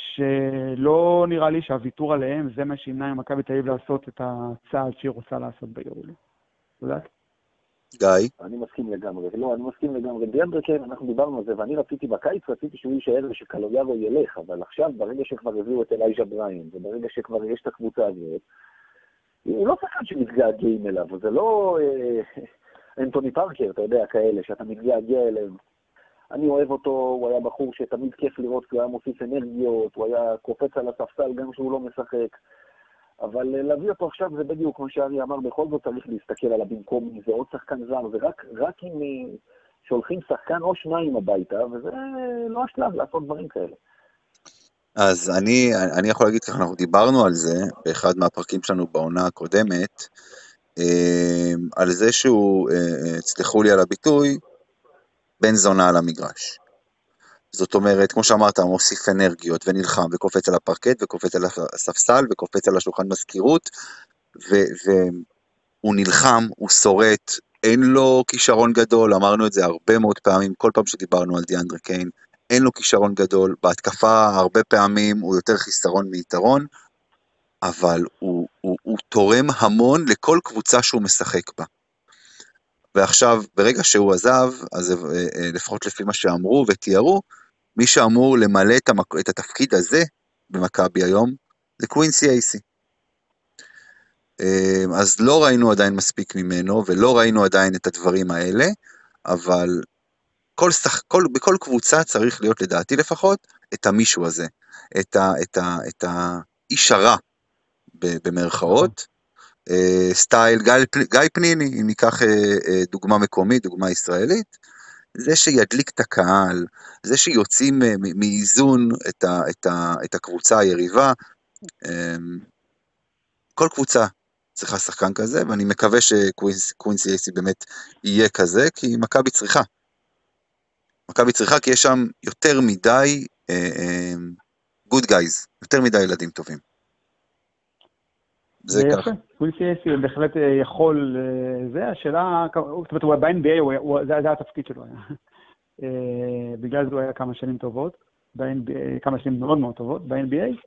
שלא נראה לי שהוויתור עליהם זה מה שימנע ממכבי תל אביב לעשות את הצעד שהיא רוצה לעשות ביורוליג. אתה יודע? גיא? אני מסכים לגמרי. לא, אני מסכים לגמרי. דיאנדרה קיין, אנחנו דיברנו על זה, ואני רציתי בקיץ, רציתי שהוא יישאר ושקלויארו ילך, אבל עכשיו, ברגע שכבר הביאו את אלייג'ה בריין, וברגע שכבר יש את הקבוצה הזאת, הוא לא שחקן שמתגעגעים אליו, זה לא אה, אנטוני פארקר, אתה יודע, כאלה, שאתה מתגעגע אליהם. אני אוהב אותו, הוא היה בחור שתמיד כיף לראות, כי הוא היה מוסיף אנרגיות, הוא היה קופץ על הספסל גם כשהוא לא משחק. אבל להביא אותו עכשיו זה בדיוק, כמו שארי אמר, בכל זאת צריך להסתכל על הבמקום, זה עוד שחקן זר, זה רק, רק אם שולחים שחקן או שניים הביתה, וזה לא השלב לעשות דברים כאלה. אז אני, אני יכול להגיד ככה, אנחנו דיברנו על זה באחד מהפרקים שלנו בעונה הקודמת, על זה שהוא, הצליחו לי על הביטוי, בן זונה על המגרש. זאת אומרת, כמו שאמרת, מוסיף אנרגיות ונלחם וקופץ על הפרקט וקופץ על הספסל וקופץ על השולחן מזכירות, והוא נלחם, הוא שורט, אין לו כישרון גדול, אמרנו את זה הרבה מאוד פעמים, כל פעם שדיברנו על דיאנדרה קיין, אין לו כישרון גדול, בהתקפה הרבה פעמים הוא יותר חיסרון מיתרון, אבל הוא, הוא, הוא תורם המון לכל קבוצה שהוא משחק בה. ועכשיו, ברגע שהוא עזב, אז לפחות לפי מה שאמרו ותיארו, מי שאמור למלא את, המק... את התפקיד הזה במכבי היום, זה קווינסי אייסי. אז לא ראינו עדיין מספיק ממנו, ולא ראינו עדיין את הדברים האלה, אבל כל שח... כל... בכל קבוצה צריך להיות לדעתי לפחות, את המישהו הזה, את, ה... את, ה... את האיש הרע, במרכאות, סטייל גיא, גיא פניני, אם ניקח דוגמה מקומית, דוגמה ישראלית, זה שידליק את הקהל, זה שיוצאים מאיזון את, ה, את, ה, את הקבוצה היריבה, כל קבוצה צריכה שחקן כזה, ואני מקווה שקווינסי אייסי באמת יהיה כזה, כי מכבי צריכה. מכבי צריכה כי יש שם יותר מדי good guys, יותר מדי ילדים טובים. זה יפה, קווינסי אייסי בהחלט יכול, זה השאלה, זאת אומרת, הוא ב-אן בי איי, זה היה התפקיד שלו, בגלל זה הוא היה כמה שנים טובות, כמה שנים מאוד מאוד טובות, ב-אן בי איי,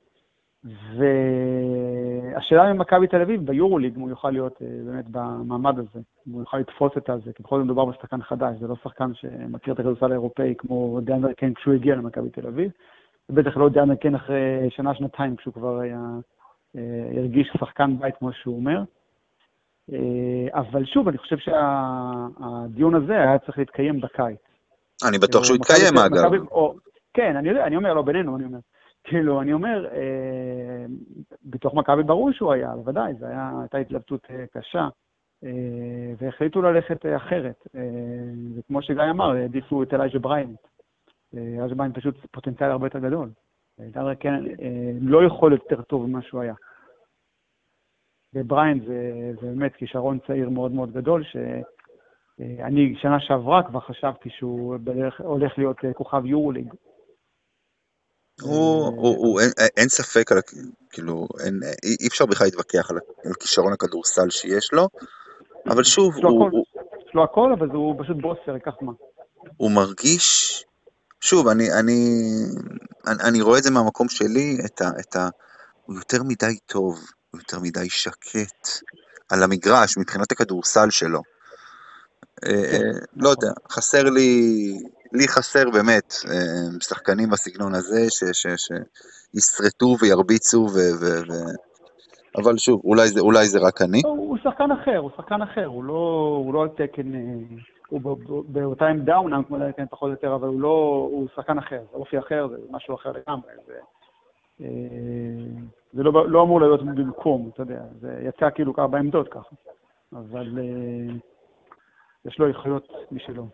והשאלה ממכבי תל אביב, ביורוליג, הוא יוכל להיות באמת במעמד הזה, הוא יוכל לתפוס את זה, כי בכל זאת מדובר בשחקן חדש, זה לא שחקן שמכיר את הכדורסל האירופאי, כמו דיאנדרה קיין כשהוא הגיע למכבי תל אביב, ובטח לא דיאנדרה קיין אחרי שנה, שנתיים, כשהוא כבר היה... הרגיש שחקן בית כמו שהוא אומר. אבל שוב, אני חושב שהדיון הזה היה צריך להתקיים בקיץ. אני בטוח שהוא יתקיים, אגב. כן, אני יודע, אני אומר, לא בינינו, אני אומר. כאילו, אני אומר, בתוך מכבי ברור שהוא היה, בוודאי, זו הייתה התלבטות קשה, והחליטו ללכת אחרת. וכמו שגיא אמר, העדיפו את אלייג'ה בריינט. אלייג'ה בריינט פשוט פוטנציאל הרבה יותר גדול. דנבר כן, לא יכול יותר טוב ממה שהוא היה. ובריינט זה, זה באמת כישרון צעיר מאוד מאוד גדול, שאני שנה שעברה כבר חשבתי שהוא בדרך, הולך להיות כוכב יורוליג. הוא, הוא, הוא, אין, אין ספק על, כאילו, אין, אי אפשר בכלל להתווכח על, על כישרון הכדורסל שיש לו, אבל שוב, הוא, הוא, יש לו הכל, אבל הוא פשוט בוסר, כך מה. הוא מרגיש, שוב, אני, אני, אני, אני רואה את זה מהמקום שלי, את ה, את ה, הוא יותר מדי טוב, הוא יותר מדי שקט על המגרש, מבחינת הכדורסל שלו. לא יודע, חסר לי, לי חסר באמת שחקנים בסגנון הזה שישרטו וירביצו, אבל שוב, אולי זה רק אני. הוא שחקן אחר, הוא שחקן אחר, הוא לא על תקן, הוא באותה עמדה, הוא נעם כמו לתקן פחות או יותר, אבל הוא שחקן אחר, זה אופי אחר, זה משהו אחר לגמרי, זה לא אמור להיות במקום, אתה יודע, זה יצא כאילו ככה בעמדות ככה, אבל יש לו איכויות משלו.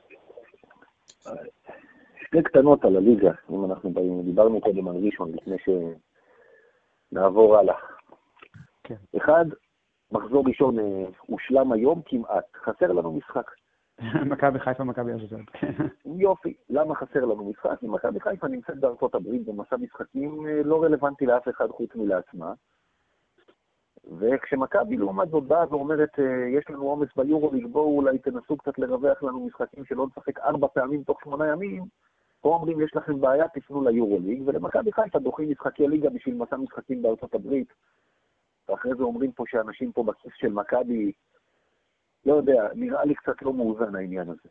שתי קטנות על הליגה, אם אנחנו באים, דיברנו קודם על ראשון לפני שנעבור הלאה. כן. אחד, מחזור ראשון הושלם היום כמעט, חסר לנו משחק. מכבי חיפה, מכבי אשדוד. יופי, למה חסר לנו משחק? כי מכבי חיפה נמצאת בארצות הברית במסע משחקים לא רלוונטי לאף אחד חוץ מלעצמה. וכשמכבי לעומת זאת באה ואומרת, יש לנו עומס ביורוליג, בואו אולי תנסו קצת לרווח לנו משחקים שלא נשחק ארבע פעמים תוך שמונה ימים, פה אומרים, יש לכם בעיה, תפנו ליורוליג, ולמכבי חיפה דוחים משחקי ליגה בשביל מסע משחקים בארצות הברית. ואחרי זה אומרים פה שאנשים פה בכיס של מכבי, לא יודע, נראה לי קצת לא מאוזן העניין הזה.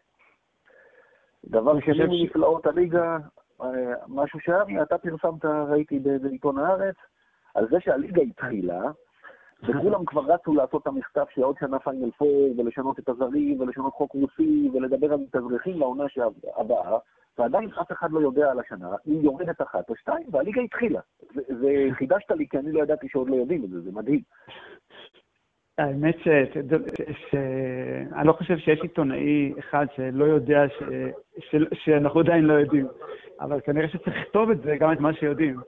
דבר שני מנפלאות הליגה, משהו שאבי, אתה פרסמת, ראיתי בעיתון הארץ, על זה שהליגה התחילה, וכולם כבר רצו לעשות את המכתב שעוד שנה פיינל פור, ולשנות את הזרים, ולשנות חוק רוסי, ולדבר על מתאזרחים לעונה הבאה, ועדיין אף אחד לא יודע על השנה, אם יורדת אחת או שתיים, והליגה התחילה. זה חידשת לי, כי אני לא ידעתי שעוד לא יודעים את זה, זה מדהים. האמת שאני לא חושב שיש עיתונאי אחד שלא יודע שאנחנו עדיין לא יודעים, אבל כנראה שצריך לכתוב את זה, גם את מה שיודעים.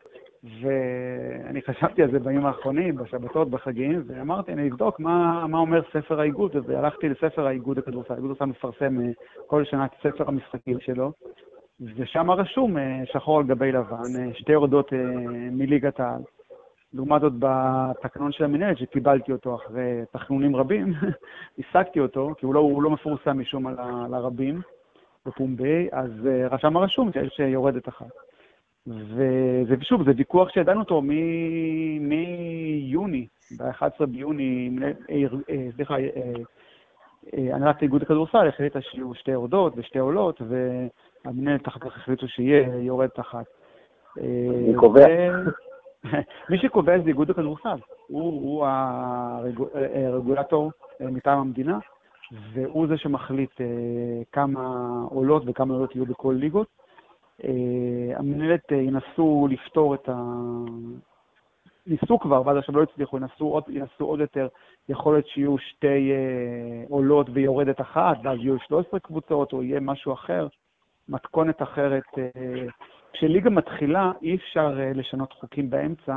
ואני חשבתי על זה בימים האחרונים, בשבתות, בחגים, ואמרתי, אני אבדוק מה, מה אומר ספר האיגוד, והלכתי לספר האיגוד הכדורסל. האיגוד הכדורסל מפרסם כל שנה את ספר המשחקים שלו, ושם רשום שחור על גבי לבן, שתי יורדות מליגת העל. לעומת זאת בתקנון של המנהלת, שקיבלתי אותו אחרי תכנונים רבים, השגתי אותו, כי הוא לא, הוא לא מפורסם משום על הרבים בפומבי, אז רשם הרשום שיש יורדת אחת. וזה שוב, זה ויכוח שידענו אותו מיוני, ב-אחד עשר ביוני, סליחה, הנהלת איגוד הכדורסל החליטה שיהיו שתי יורדות ושתי עולות, והמנהלת אחר כך החליטו שיהיה יורדת אחת. מי קובע? מי שקובע זה איגוד הכדורסל, הוא הרגולטור מטעם המדינה, והוא זה שמחליט כמה עולות וכמה עולות יהיו בכל ליגות. המנהלת ינסו לפתור את ה... ניסו כבר, ועד עכשיו לא הצליחו, ינסו עוד, ינסו עוד יותר, יכול להיות שיהיו שתי עולות ויורדת אחת, ואז יהיו שלוש עשרה קבוצות, או יהיה משהו אחר, מתכונת אחרת. כשליגה מתחילה, אי אפשר לשנות חוקים באמצע,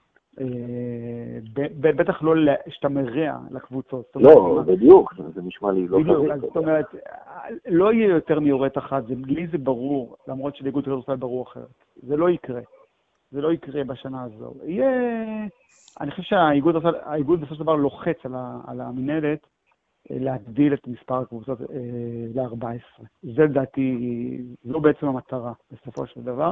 בטח לא שאתה מרע לקבוצות. לא, בדיוק, זה נשמע לי לא חריג. זאת אומרת, לא יהיה יותר מיורדת אחת, לי זה ברור, למרות שלאיגוד הכדורסל ברור אחרת. זה לא יקרה. זה לא יקרה בשנה הזו. יהיה... אני חושב שהאיגוד בסופו של דבר לוחץ על המנהלת להגדיל את מספר הקבוצות ל-ארבע עשרה. זה לדעתי, זו בעצם המטרה בסופו של דבר.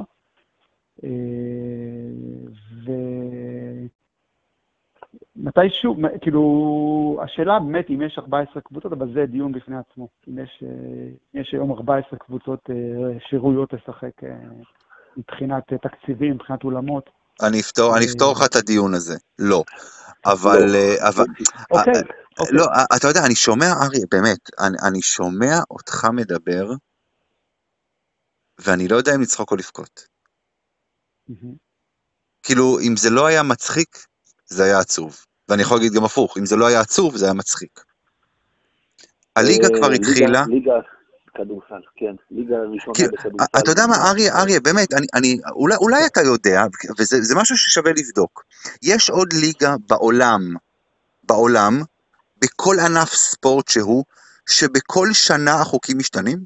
ומתי שוב, כאילו, השאלה באמת אם יש ארבע עשרה קבוצות, אבל זה דיון בפני עצמו. אם יש, יש היום ארבע עשרה קבוצות שירויות לשחק מבחינת תקציבים, מבחינת אולמות. אני אפתור, אני אפתור לך את הדיון הזה. לא. אבל, אבל, אוקיי. לא, אתה יודע, אני שומע, ארי, באמת, אני, אני שומע אותך מדבר, ואני לא יודע אם לצחוק או לבכות. כאילו, אם זה לא היה מצחיק, זה היה עצוב. ואני יכול להגיד גם הפוך, אם זה לא היה עצוב, זה היה מצחיק. הליגה כבר התחילה. ליגה כדורסל, כן. ליגה ראשונה בכדורסל. אתה יודע מה, אריה, אריה, באמת, אני, אני, אולי, אולי אתה יודע, וזה זה משהו ששווה לבדוק. יש עוד ליגה בעולם, בעולם, בכל ענף ספורט שהוא, שבכל שנה החוקים משתנים?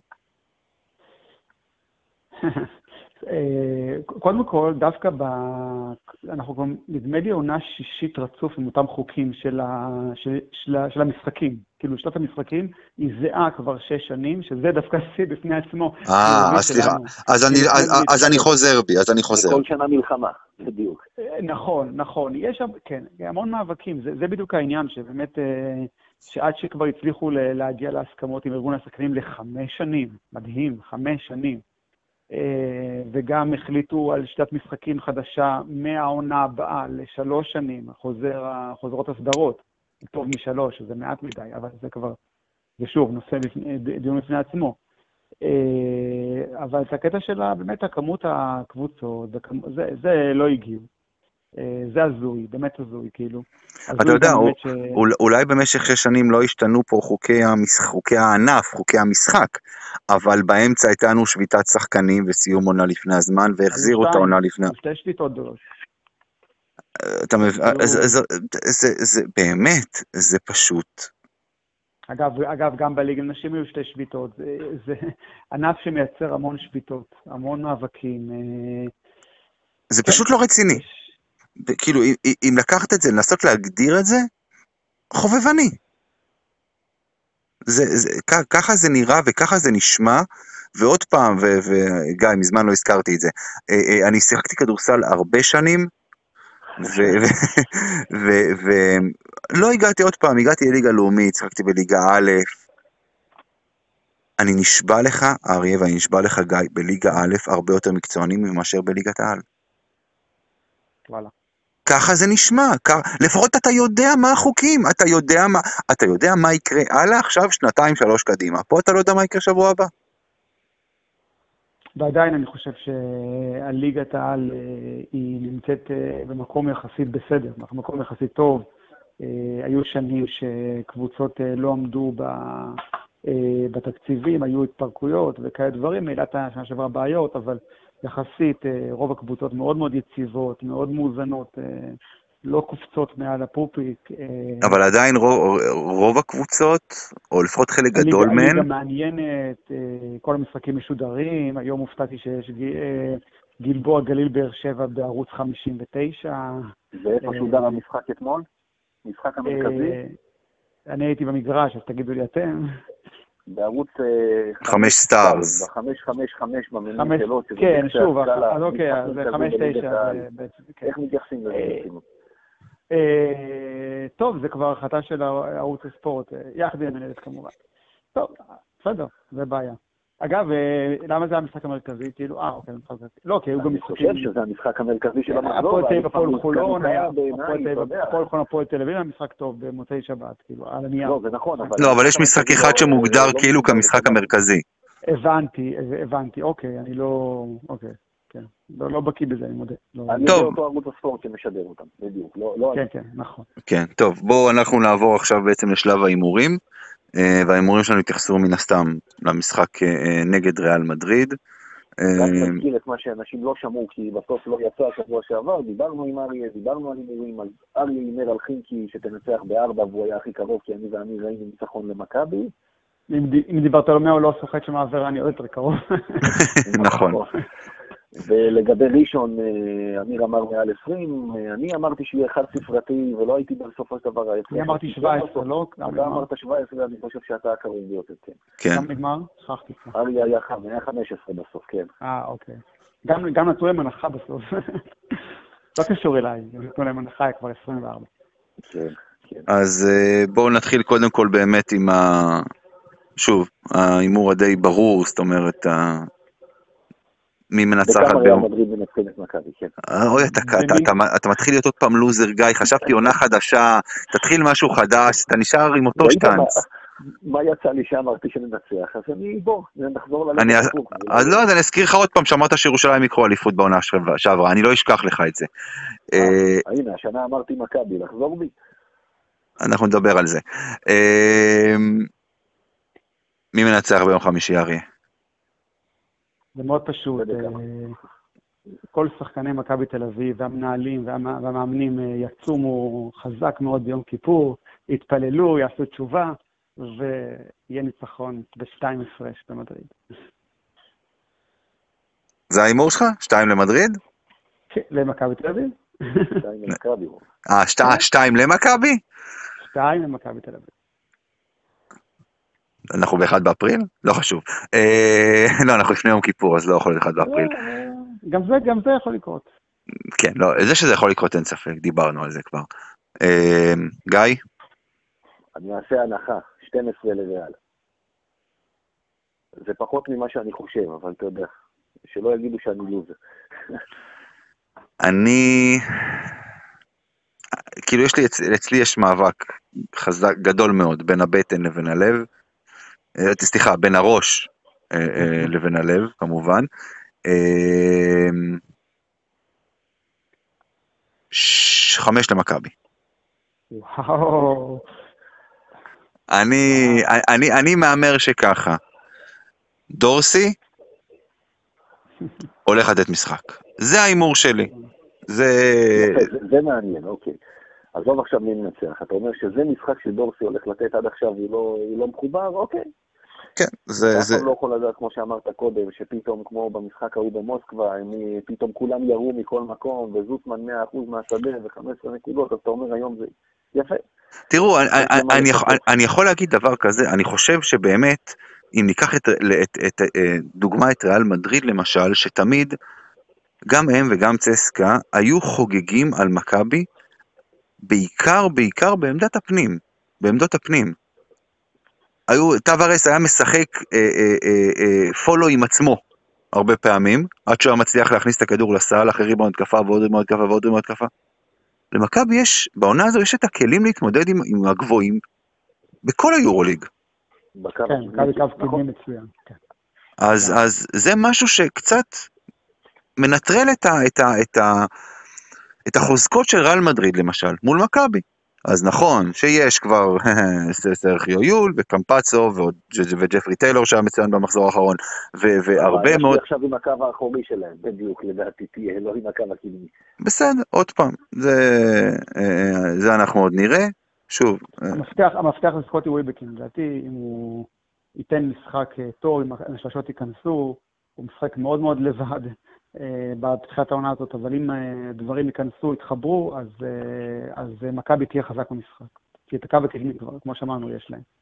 קודם כל, דווקא ב... אנחנו גם, נדמה לי עונה שישית רצוף עם אותם חוקים של, ה... של, של, של המשחקים. כאילו, שלושת המשחקים היא זהה כבר שש שנים, שזה דווקא שיא בפני עצמו. אה, אז סליחה. אז אני, אז, אז אני חוזר בי, אז אני חוזר. בכל שנה מלחמה, בדיוק. נכון, נכון. יש שם, כן, המון מאבקים. זה, זה בדיוק העניין, שבאמת, שעד שכבר הצליחו להגיע להסכמות עם ארגון השחקנים לחמש שנים, מדהים, חמש שנים. וגם החליטו על שיטת משחקים חדשה מהעונה הבאה לשלוש שנים, חוזר, חוזרות הסדרות, טוב משלוש, זה מעט מדי, אבל זה כבר, זה שוב, נושא דיון לפני עצמו. אבל את הקטע שלה, באמת הכמות הקבוצות, זה, זה לא הגיעו. זה הזוי, באמת הזוי, כאילו. אתה יודע, ש... אולי במשך שש שנים לא השתנו פה חוקי, המשח... חוקי הענף, חוקי המשחק, אבל באמצע הייתה לנו שביתת שחקנים וסיום עונה לפני הזמן, והחזירו את העונה לפני... שתי שביתות דולות. אתה מבין, זה, זה, זה, זה, באמת, זה פשוט. אגב, אגב, גם בליגה נשים היו שתי שביתות, זה, זה ענף שמייצר המון שביתות, המון מאבקים. זה פשוט לא רציני. כאילו, אם לקחת את זה, לנסות להגדיר את זה, חובבני. זה, זה, ככה זה נראה וככה זה נשמע, ועוד פעם, וגיא, מזמן לא הזכרתי את זה, אני שיחקתי כדורסל הרבה שנים, ולא הגעתי עוד פעם, הגעתי לליגה לאומית, שיחקתי בליגה א', אני נשבע לך, אריה, ואני נשבע לך, גיא, בליגה א', הרבה יותר מקצוענים מאשר בליגת העל. וואלה. ככה זה נשמע, לפחות אתה יודע מה החוקים, אתה יודע מה, אתה יודע מה יקרה הלאה עכשיו שנתיים שלוש קדימה, פה אתה לא יודע מה יקרה שבוע הבא. ועדיין אני חושב שהליגת העל היא נמצאת במקום יחסית בסדר, במקום יחסית טוב, היו שנים שקבוצות לא עמדו בתקציבים, היו התפרקויות וכאלה דברים, העלת השנה שעברה בעיות, אבל יחסית רוב הקבוצות מאוד מאוד יציבות, מאוד מאוזנות, לא קופצות מעל הפופיק. אבל עדיין רוב, רוב הקבוצות, או לפחות חלק גדול מהן... הליגה מעניינת, כל המשחקים משודרים, היום הופתעתי שיש גלבוע גליל באר שבע בערוץ חמישים ותשע. ואיפה שודר המשחק אתמול? משחק המרכזי? אני הייתי במגרש, אז תגידו לי אתם. בערוץ חמש סטארס. בחמש חמש חמש במנוי שלו. כן, שוב, אז אוקיי, זה חמש תשע. איך מתייחסים לזה? טוב, זה כבר החלטה של ערוץ הספורט, יחד עם מנהלת כמובן. טוב, בסדר, זה בעיה. אגב, למה זה המשחק המרכזי? כאילו, אה, אוקיי, המשחק המרכזי. לא, כי היו גם משחקים... אני חושב שזה המשחק המרכזי של המחזור. הפועל תל אביב, הפועל חולון, הפועל חולון, הפועל תל אביב, המשחק טוב במוצאי שבת, כאילו, על הנייר. לא, זה נכון, אבל... לא, אבל יש משחק אחד שמוגדר כאילו כמשחק המרכזי. הבנתי, הבנתי, אוקיי, אני לא... אוקיי, כן. לא בקיא בזה, אני מודה. אני יודע אותו ערוץ הספורט שמשדר אותם, בדיוק. כן, כן, נכון. כן, טוב, בואו אנחנו נעבור עכשיו בעצם לשלב האימורים. והאימורים שלנו התייחסו מן הסתם למשחק נגד ריאל מדריד. רק נזכיר את מה שאנשים לא שמעו, כי בסוף לא יצא השבוע שעבר, דיברנו עם אריה, דיברנו על אימורים, אז אריה אימר על חינקי שתנצח בארבע, והוא היה הכי קרוב, כי אני ואני ראינו ניצחון למכבי. אם דיברת על מאה, הוא לא סוחט שמעבר, אני עוד יותר קרוב. נכון. ולגבי ראשון, אמיר אמר מעל עשרים, אני אמרתי שיהיה אחד ספרתי, ולא הייתי בסופו של דבר... אני אמרתי שבע עשרה, לא? אתה אמרת שבע עשרה, אני חושב שאתה הקרוב ביותר, כן. כן. גם נגמר? שכחתי. אריה היה חמש עשרה בסוף, כן. אה, אוקיי. גם נתנו להם הנחה בסוף. לא קשור אליי, נתנו להם הנחה כבר עשרים וארבע. כן, כן. אז בואו נתחיל קודם כל באמת עם ה... שוב, האימור הדי ברור, זאת אומרת... מי מנצחת בכמה ריאל מדריד מנצחים את מכבי, כן. אוי, אתה מתחיל להיות עוד פעם לוזר, גיא, חשבתי עונה חדשה, תתחיל משהו חדש, אתה נשאר עם אותו שטנץ. מה יצא לי שאמרתי שננצח, אז אני, בוא, נחזור אני, ללכת. אז לא, אז אני אזכיר לך עוד פעם, שאמרת שירושלים יקחו אליפות בעונה שעברה, אני לא אשכח לך את זה. הנה, השנה אמרתי מכבי, לחזור בי. אנחנו נדבר על זה. מי מנצח ביום חמישי, אריה? זה מאוד פשוט. כל שחקני מכבי תל אביב והמנהלים והמאמנים יצומו חזק מאוד ביום כיפור, יתפללו, יעשו תשובה, ויהיה ניצחון ב-שתיים הפרש במדריד. זה האימור שלך? שתיים למדריד? כן, למכבי תל אביב. שתיים למכבי. אה, שתיים למכבי? שתיים למכבי תל אביב. אנחנו באחד באפריל? לא חשוב. לא, אנחנו לפני יום כיפור, אז לא יכול להיות אחד באפריל. גם זה, גם זה יכול לקרות. כן, לא, זה שזה יכול לקרות אין ספק, דיברנו על זה כבר. גיא? אני אעשה הנחה, שתים עשרה לריאל. זה פחות ממה שאני חושב, אבל אתה יודע, שלא יגידו שאני לוזר. אני... כאילו יש לי, אצלי יש מאבק חזק, גדול מאוד, בין הבטן לבין הלב, סליחה, בין הראש לבין הלב, כמובן. חמש למכבי. וואו. אני, אני, אני מאמר שככה, דורסי הולך לתת משחק. זה האימור שלי. זה... זה, זה מעניין, אוקיי. עזוב עכשיו מי מנצח. אתה אומר שזה משחק שדורסי הולך לתת עד עכשיו, היא לא, היא לא מחובר, אוקיי. כן, זה... אתה זה... לא יכול לדעת, כמו שאמרת קודם, שפתאום, כמו במשחק ההוא במוסקבה, הם פתאום כולם ירו מכל מקום, וזוטמן מאה אחוז מהשדה ו-חמש עשרה נקודות, אז אתה אומר היום זה יפה. תראו, אני, אני, אני, יכול, אני יכול להגיד דבר כזה, אני חושב שבאמת, אם ניקח את, את, את, את דוגמה את ריאל מדריד למשל, שתמיד, גם הם וגם צסקה, היו חוגגים על מכבי, בעיקר, בעיקר בעמדת הפנים, בעמדות הפנים. היו, טווארס היה משחק אה, אה, אה, אה, פולו עם עצמו, הרבה פעמים, עד שהוא מצליח להכניס את הכדור לסל, אחרי מאוד תקפה ועוד מאוד תקפה ועוד מאוד תקפה. למכבי יש, בעונה הזו יש את הכלים להתמודד עם, עם הגבוהים, בכל היורוליג. כן, מכבי קו קדמי מצוין. אז, אז זה משהו שקצת מנטרל את, ה, את, ה, את, ה, את החוזקות של ריאל מדריד למשל, מול מכבי. אז נכון, שיש כבר סרחיו יול וקמפצו וג'פרי טיילור שהיה מצוין במחזור האחרון, והרבה מאוד... עכשיו עם הקו האחורי שלהם, בדיוק, לדעתי תהיה, לא עם הקו הקדמי. בסדר, עוד פעם, זה אנחנו עוד נראה, שוב. המפתח זה סקוטי וויבקין, לדעתי, אם הוא ייתן משחק טוב, אם השלשות ייכנסו, הוא משחק מאוד מאוד לבד בפתיחת העונה הזאת, אבל אם דברים ייכנסו, יתחברו, אז, אז מכבי תהיה חזק במשחק. כי את הקו הקדמי כבר, כמו שאמרנו, יש להם.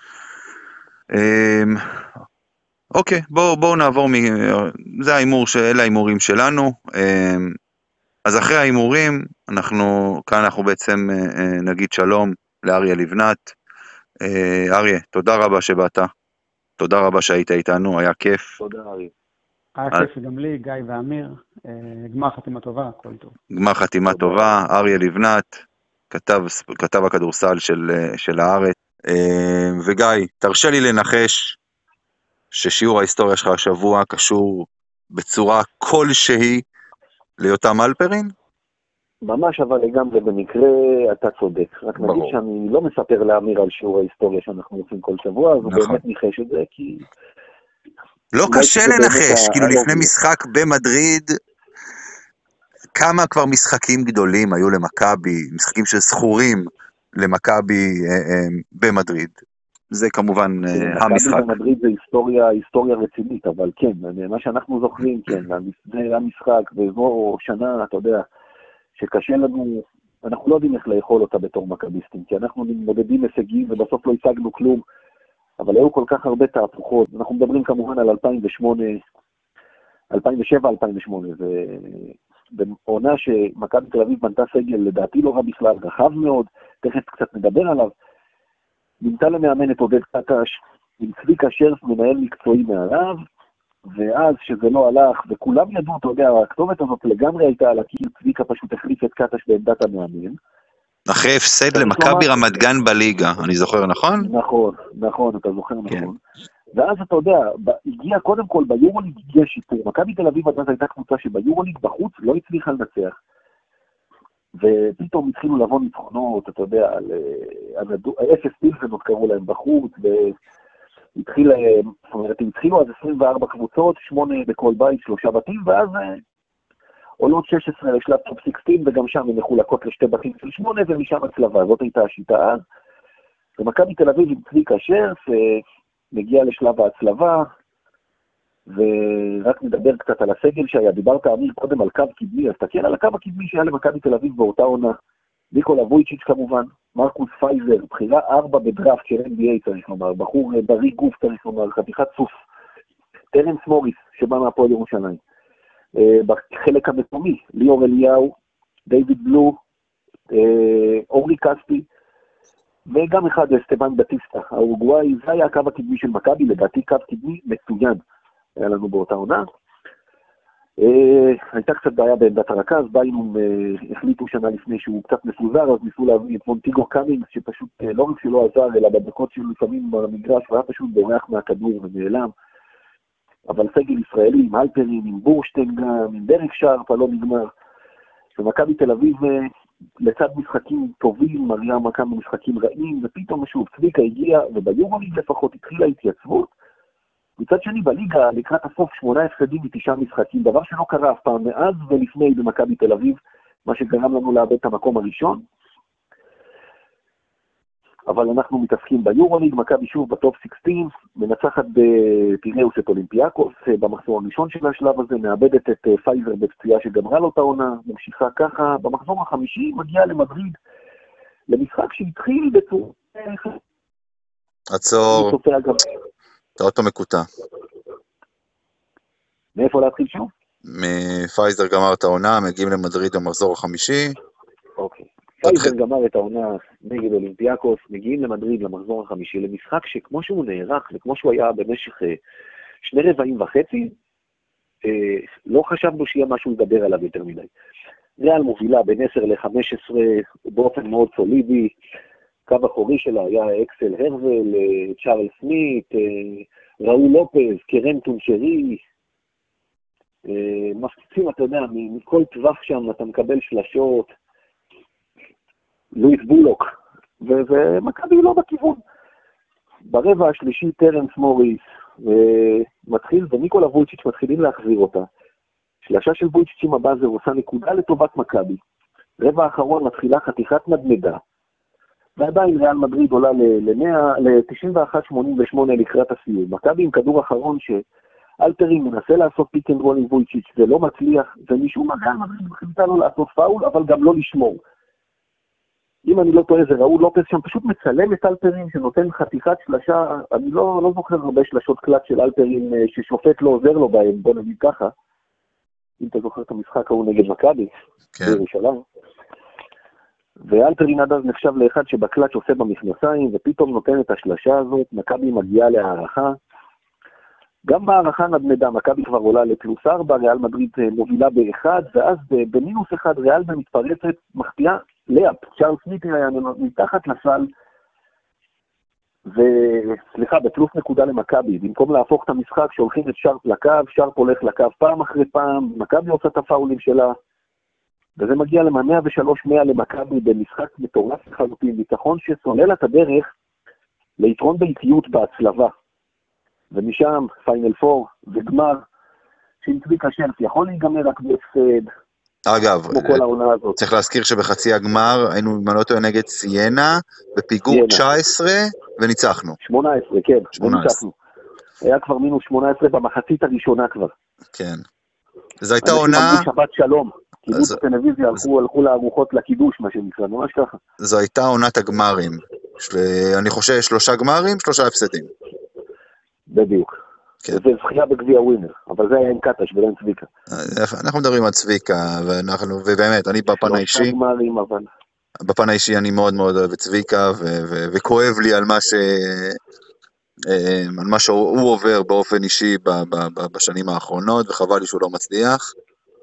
אוקיי, בואו בואו נעבור, מ... זה האימור, אלה האימורים שלנו. אז אחרי האימורים, אנחנו, כאן אנחנו בעצם נגיד שלום לאריה לבנת. אריה, תודה רבה שבאת. תודה רבה שהיית איתנו, היה כיף. תודה אריה. היה כיף גם לי, גיא ואמיר, גמר חתימה טובה, הכל טוב. גמר חתימה טובה, אריה לבנת, כתב, כתב הכדורסל של, של הארץ. וגיא, תרשה לי לנחש ששיעור ההיסטוריה שלך השבוע קשור בצורה כלשהי ליותם אלפרין? ממש, אבל לגמרי במקרה אתה צודק. רק ברור. נגיד שאני לא מספר לאמיר על שיעור ההיסטוריה שאנחנו עושים כל שבוע, אז נכון. הוא באמת ניחש את זה, כי... לא קשה לנחש, כאילו לפני משחק במדריד, כמה כבר משחקים גדולים היו למכבי, משחקים שזכורים למכבי במדריד. זה כמובן המשחק. מכבי במדריד זה היסטוריה, היסטוריה רצינית, אבל כן, מה שאנחנו זוכרים, כן, זה המשחק, וזו שנה, אתה יודע, שקשה לנו, אנחנו לא יודעים איך לאכול אותה בתור מכביסטים, כי אנחנו מודדים הישגים ובסוף לא השגנו כלום, אבל היו כל כך הרבה תהפוכות. אנחנו מדברים כמובן על אלפיים ושמונה, אלפיים ושבע אלפיים ושמונה, ובעונה שמכבי תל אביב בנתה סגל, לדעתי לא רע בכלל, רחב מאוד, תכף קצת נדבר עליו, נמצא למאמן את עודד קטש, עם צביקה שרף מנהל מקצועי מעליו, ואז שזה לא הלך, וכולם ידעו, אתה יודע, הכתובת הזאת לגמרי הייתה על הקיר, צביקה פשוט החליף את קטש בעמדת המאמן, אחרי הפסד צריך למכבי לומר, רמת גן בליגה, אני זוכר, נכון? נכון, נכון, אתה זוכר כן. נכון. ואז אתה יודע, ב- הגיע קודם כל ביורוליג הגיע שיפור. מכבי תל אביב עד אז הייתה קבוצה שביורוליג בחוץ לא הצליחה לנצח. ופתאום התחילו לבוא ניצחונות, אתה יודע, על, אה, על הדו- אפס פילזנות קראו להם בחוץ, והתחיל, אה, זאת אומרת, הם התחילו אז עשרים וארבע קבוצות, שמונה בכל בית, שלושה בתים, ואז אה, עולות שש עשרה לשלב טופ שש עשרה, וגם שם הם מחולקות לשתי בתים של שמונה, ומשם הצלבה, זאת הייתה השיטה אז. ומכבי תל אביב עם צביקה שרף, אה, מגיע לשלב ההצלבה, ורק נדבר קצת על הסגל שהיה, דיברת אמיר קודם על קו קדמי, אז תקן על הקו הקדמי שהיה למכבי תל אביב באותה עונה, ניקולה וויצ'יץ' כמובן, מרקוס פייזר, בחירה ארבע בדראפט של אן בי איי צריך לומר, בחור בריא גוף צריך לומר, חתיכת סוף, טרנס מוריס שבא מהפועל ירושלים, בחלק המקומי, ליאור אליהו, דיוויד בלו, אורי כספי, וגם אחד סטבן בטיסטה, האורוגוואי, זה היה הקו הקדמי של מכבי, לדעתי קו קדמי מצוין. היה לנו באותה עונה. אה, הייתה קצת בעיה בעמדת הרכז, ביינום אה, החליטו שנה לפני שהוא קצת מפוזר, אז ניסו להביא את מונטיגו קאמינגס, שפשוט אה, לא רק שלא עזר, אלא בדקות שלו לפעמים במגרש, הוא היה פשוט בורח מהכדור ונעלם. אבל סגל ישראלי עם אלפרין, עם בורשטיין גם, עם דרק שרפ, לא נגמר. ומכבי תל אביב אה, לצד משחקים טובים, מראה כמה משחקים רעים, ופתאום שוב צביקה הגיע, וביורוליג לפחות התחילה התייצבות, מצד שני, בליגה, לקראת הסוף, שמונה הפסדים מתשעה משחקים, דבר שלא קרה אף פעם מאז ולפני במכבי תל אביב, מה שגרם לנו לאבד את המקום הראשון. אבל אנחנו מתעסקים ביורוליג, מכבי שוב בטופ שש עשרה, מנצחת בפיראוס את אולימפיאקוס, במחזור הראשון של השלב הזה, מאבדת את פייזר בפציעה שגמרה לו את העונה, ממשיכה ככה, במחזור החמישי מגיעה למדריד, למשחק שהתחיל בצורה... עצור, אתה אותו מקוטע. מאיפה להתחיל שוב? מפייזר גמר את העונה, מגיעים למדריד במחזור החמישי. אוקיי. פייזר גמר את העונה נגד אולימפיאקוס, מגיעים למדריד למחזור החמישי, למשחק שכמו שהוא נערך וכמו שהוא היה במשך שני רבעים וחצי, לא חשבנו שיהיה משהו לדבר עליו יותר מדי. ריאל מובילה בין עשר לחמש עשרה באופן מאוד סולידי, קו אחורי שלה היה אקסל הרבל, צ'ארל סמית, ראול לופז, קרן טונצ'רי, מפציצים, אתה יודע, מכל טווח שם אתה מקבל שלשות, לואיס בולוק, ומכבי לא בכיוון. ברבע השלישי טרנס מוריס, ומתחיל, וניקולה וויצ'יץ' מתחילים להחזיר אותה. שלשה של וויצ'יץ' עם הבאזר עושה נקודה לטובת מכבי. רבע האחרון מתחילה חתיכת נדנדה, ועדיין ריאל מדריד עולה ל-תשעים ואחת שמונים ושמונה לקראת הסיום. מכבי עם כדור אחרון שאלפרין מנסה לעשות פיק אנד רול עם וויצ'יץ', זה לא מצליח, ומשום מה ריאל מדריד מחליטה לו לעשות פאול, אבל גם לא לשמור. אם אני לא טועה, זה ראול לופס שם פשוט מצלם את אלפרין שנותן חתיכת שלשה, אני לא, לא זוכר הרבה שלשות קלט של אלפרין ששופט לא עוזר לו בהם, בוא נגיד ככה. אם אתה זוכר את המשחק ההוא נגד מכבי, כן. בירושלים. ואלפרין עד אז נחשב לאחד שבקלט עושה במכנסיים, ופתאום נותן את השלשה הזאת, מכבי מגיעה להערכה. גם בהערכה נדנדה, מכבי כבר עולה לפלוס ארבע, ריאל מדריד מובילה באחד, ואז במינוס אחד ריאל מתפרצת, מחטיאה לאפ, צ'ארל סמית היה מתחת לסל, וסליחה, בפלוס נקודה למכבי, במקום להפוך את המשחק שהולכים את שרפ לקו, שרפ הולך לקו פעם אחרי פעם, מכבי עושה את הפאולים שלה, וזה מגיע ל-מאה ושלוש מאה למכבי במשחק מטורף לחלוטין, ביטחון שסולל את הדרך ליתרון באיטיות בהצלבה. ומשם פיינל פור וגמר שעם צביקה שרף יכול להיגמר רק בהפסד. אגב, כמו כל העונה הזאת. צריך להזכיר שבחצי הגמר היינו מנות נגד סיינה בפיגור סיינה. תשע עשרה וניצחנו. שמונה עשרה, כן, שמונה עשרה. וניצחנו. היה כבר מינוס שמונה עשרה במחצית הראשונה כבר. כן. זו הייתה אנשים עונה... אמרו שבת שלום. קיבוץ אז... הטלוויזיה הלכו, הלכו לארוחות לקידוש, מה שנקרא, ממש ככה. זו הייתה עונת הגמרים. של... אני חושב שלושה גמרים, שלושה הפסדים. בדיוק. כן. זה זכייה בגביע ווינר, אבל זה היה עם קטש ולא עם צביקה. אנחנו מדברים על צביקה, ואנחנו, ובאמת, אני בפן האישי, גמרים, אבל... בפן האישי אני מאוד מאוד אוהב את צביקה, ו- ו- וכואב לי על מה ש... על מה שהוא עובר באופן אישי ב- ב- ב- בשנים האחרונות, וחבל לי שהוא לא מצליח.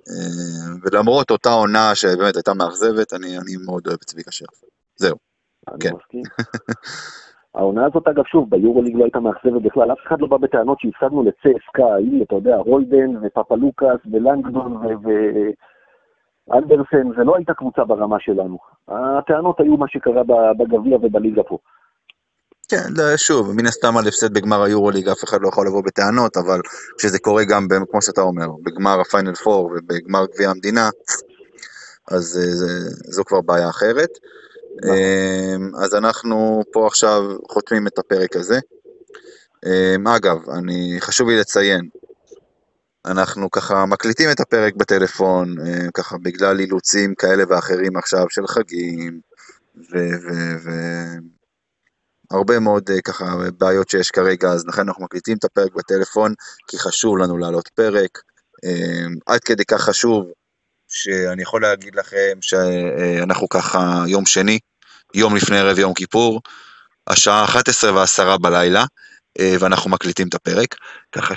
ולמרות אותה עונה שבאמת הייתה מאכזבת, אני, אני מאוד אוהב את צביקה שרף. זהו. אני כן. מסכים. העונה הזאת, אגב, שוב, ביורוליג לא הייתה מאכזבת בכלל, אף אחד לא בא בטענות שהפסדנו לצסקה, היא, אתה יודע, רוידן ופפלוקס ולנגדון ואנדרסן, זה לא הייתה קבוצה ברמה שלנו. הטענות היו מה שקרה בגביע ובליגה פה. כן, שוב, מן הסתם על הפסד בגמר היורוליג, אף אחד לא יכול לבוא בטענות, אבל כשזה קורה גם, כמו שאתה אומר, בגמר הפיינל פור ובגמר גביע המדינה, אז זה, זו כבר בעיה אחרת. אז אנחנו פה עכשיו חותמים את הפרק הזה. אגב, אני, חשוב לי לציין, אנחנו ככה מקליטים את הפרק בטלפון, ככה בגלל אילוצים כאלה ואחרים עכשיו של חגים, ו... ו, ו הרבה מאוד ככה בעיות שיש כרגע, אז לכן אנחנו מקליטים את הפרק בטלפון, כי חשוב לנו לעלות פרק, עד כדי כך חשוב, שאני יכול להגיד לכם שאנחנו ככה יום שני, יום לפני ערב יום כיפור, השעה אחת עשרה ועשרה בלילה, ואנחנו מקליטים את הפרק, ככה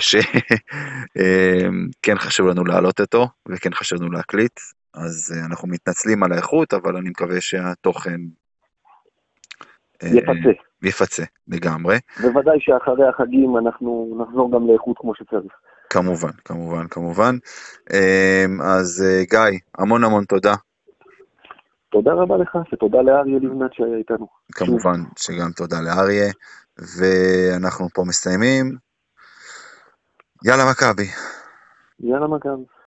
שכן חשוב לנו לעלות אותו, וכן חשוב לנו להקליט, אז אנחנו מתנצלים על האיכות, אבל אני מקווה שהתוכן יפצה. יפצה לגמרי. בוודאי שאחרי החגים אנחנו נחזור גם לאיכות כמו שצריך. כמובן, כמובן, כמובן. אז גיא, המון המון תודה. תודה רבה לך, ותודה לאריה לבנת שהיה איתנו. כמובן שגם תודה לאריה, ואנחנו פה מסיימים. יאללה מכבי. יאללה מכבי.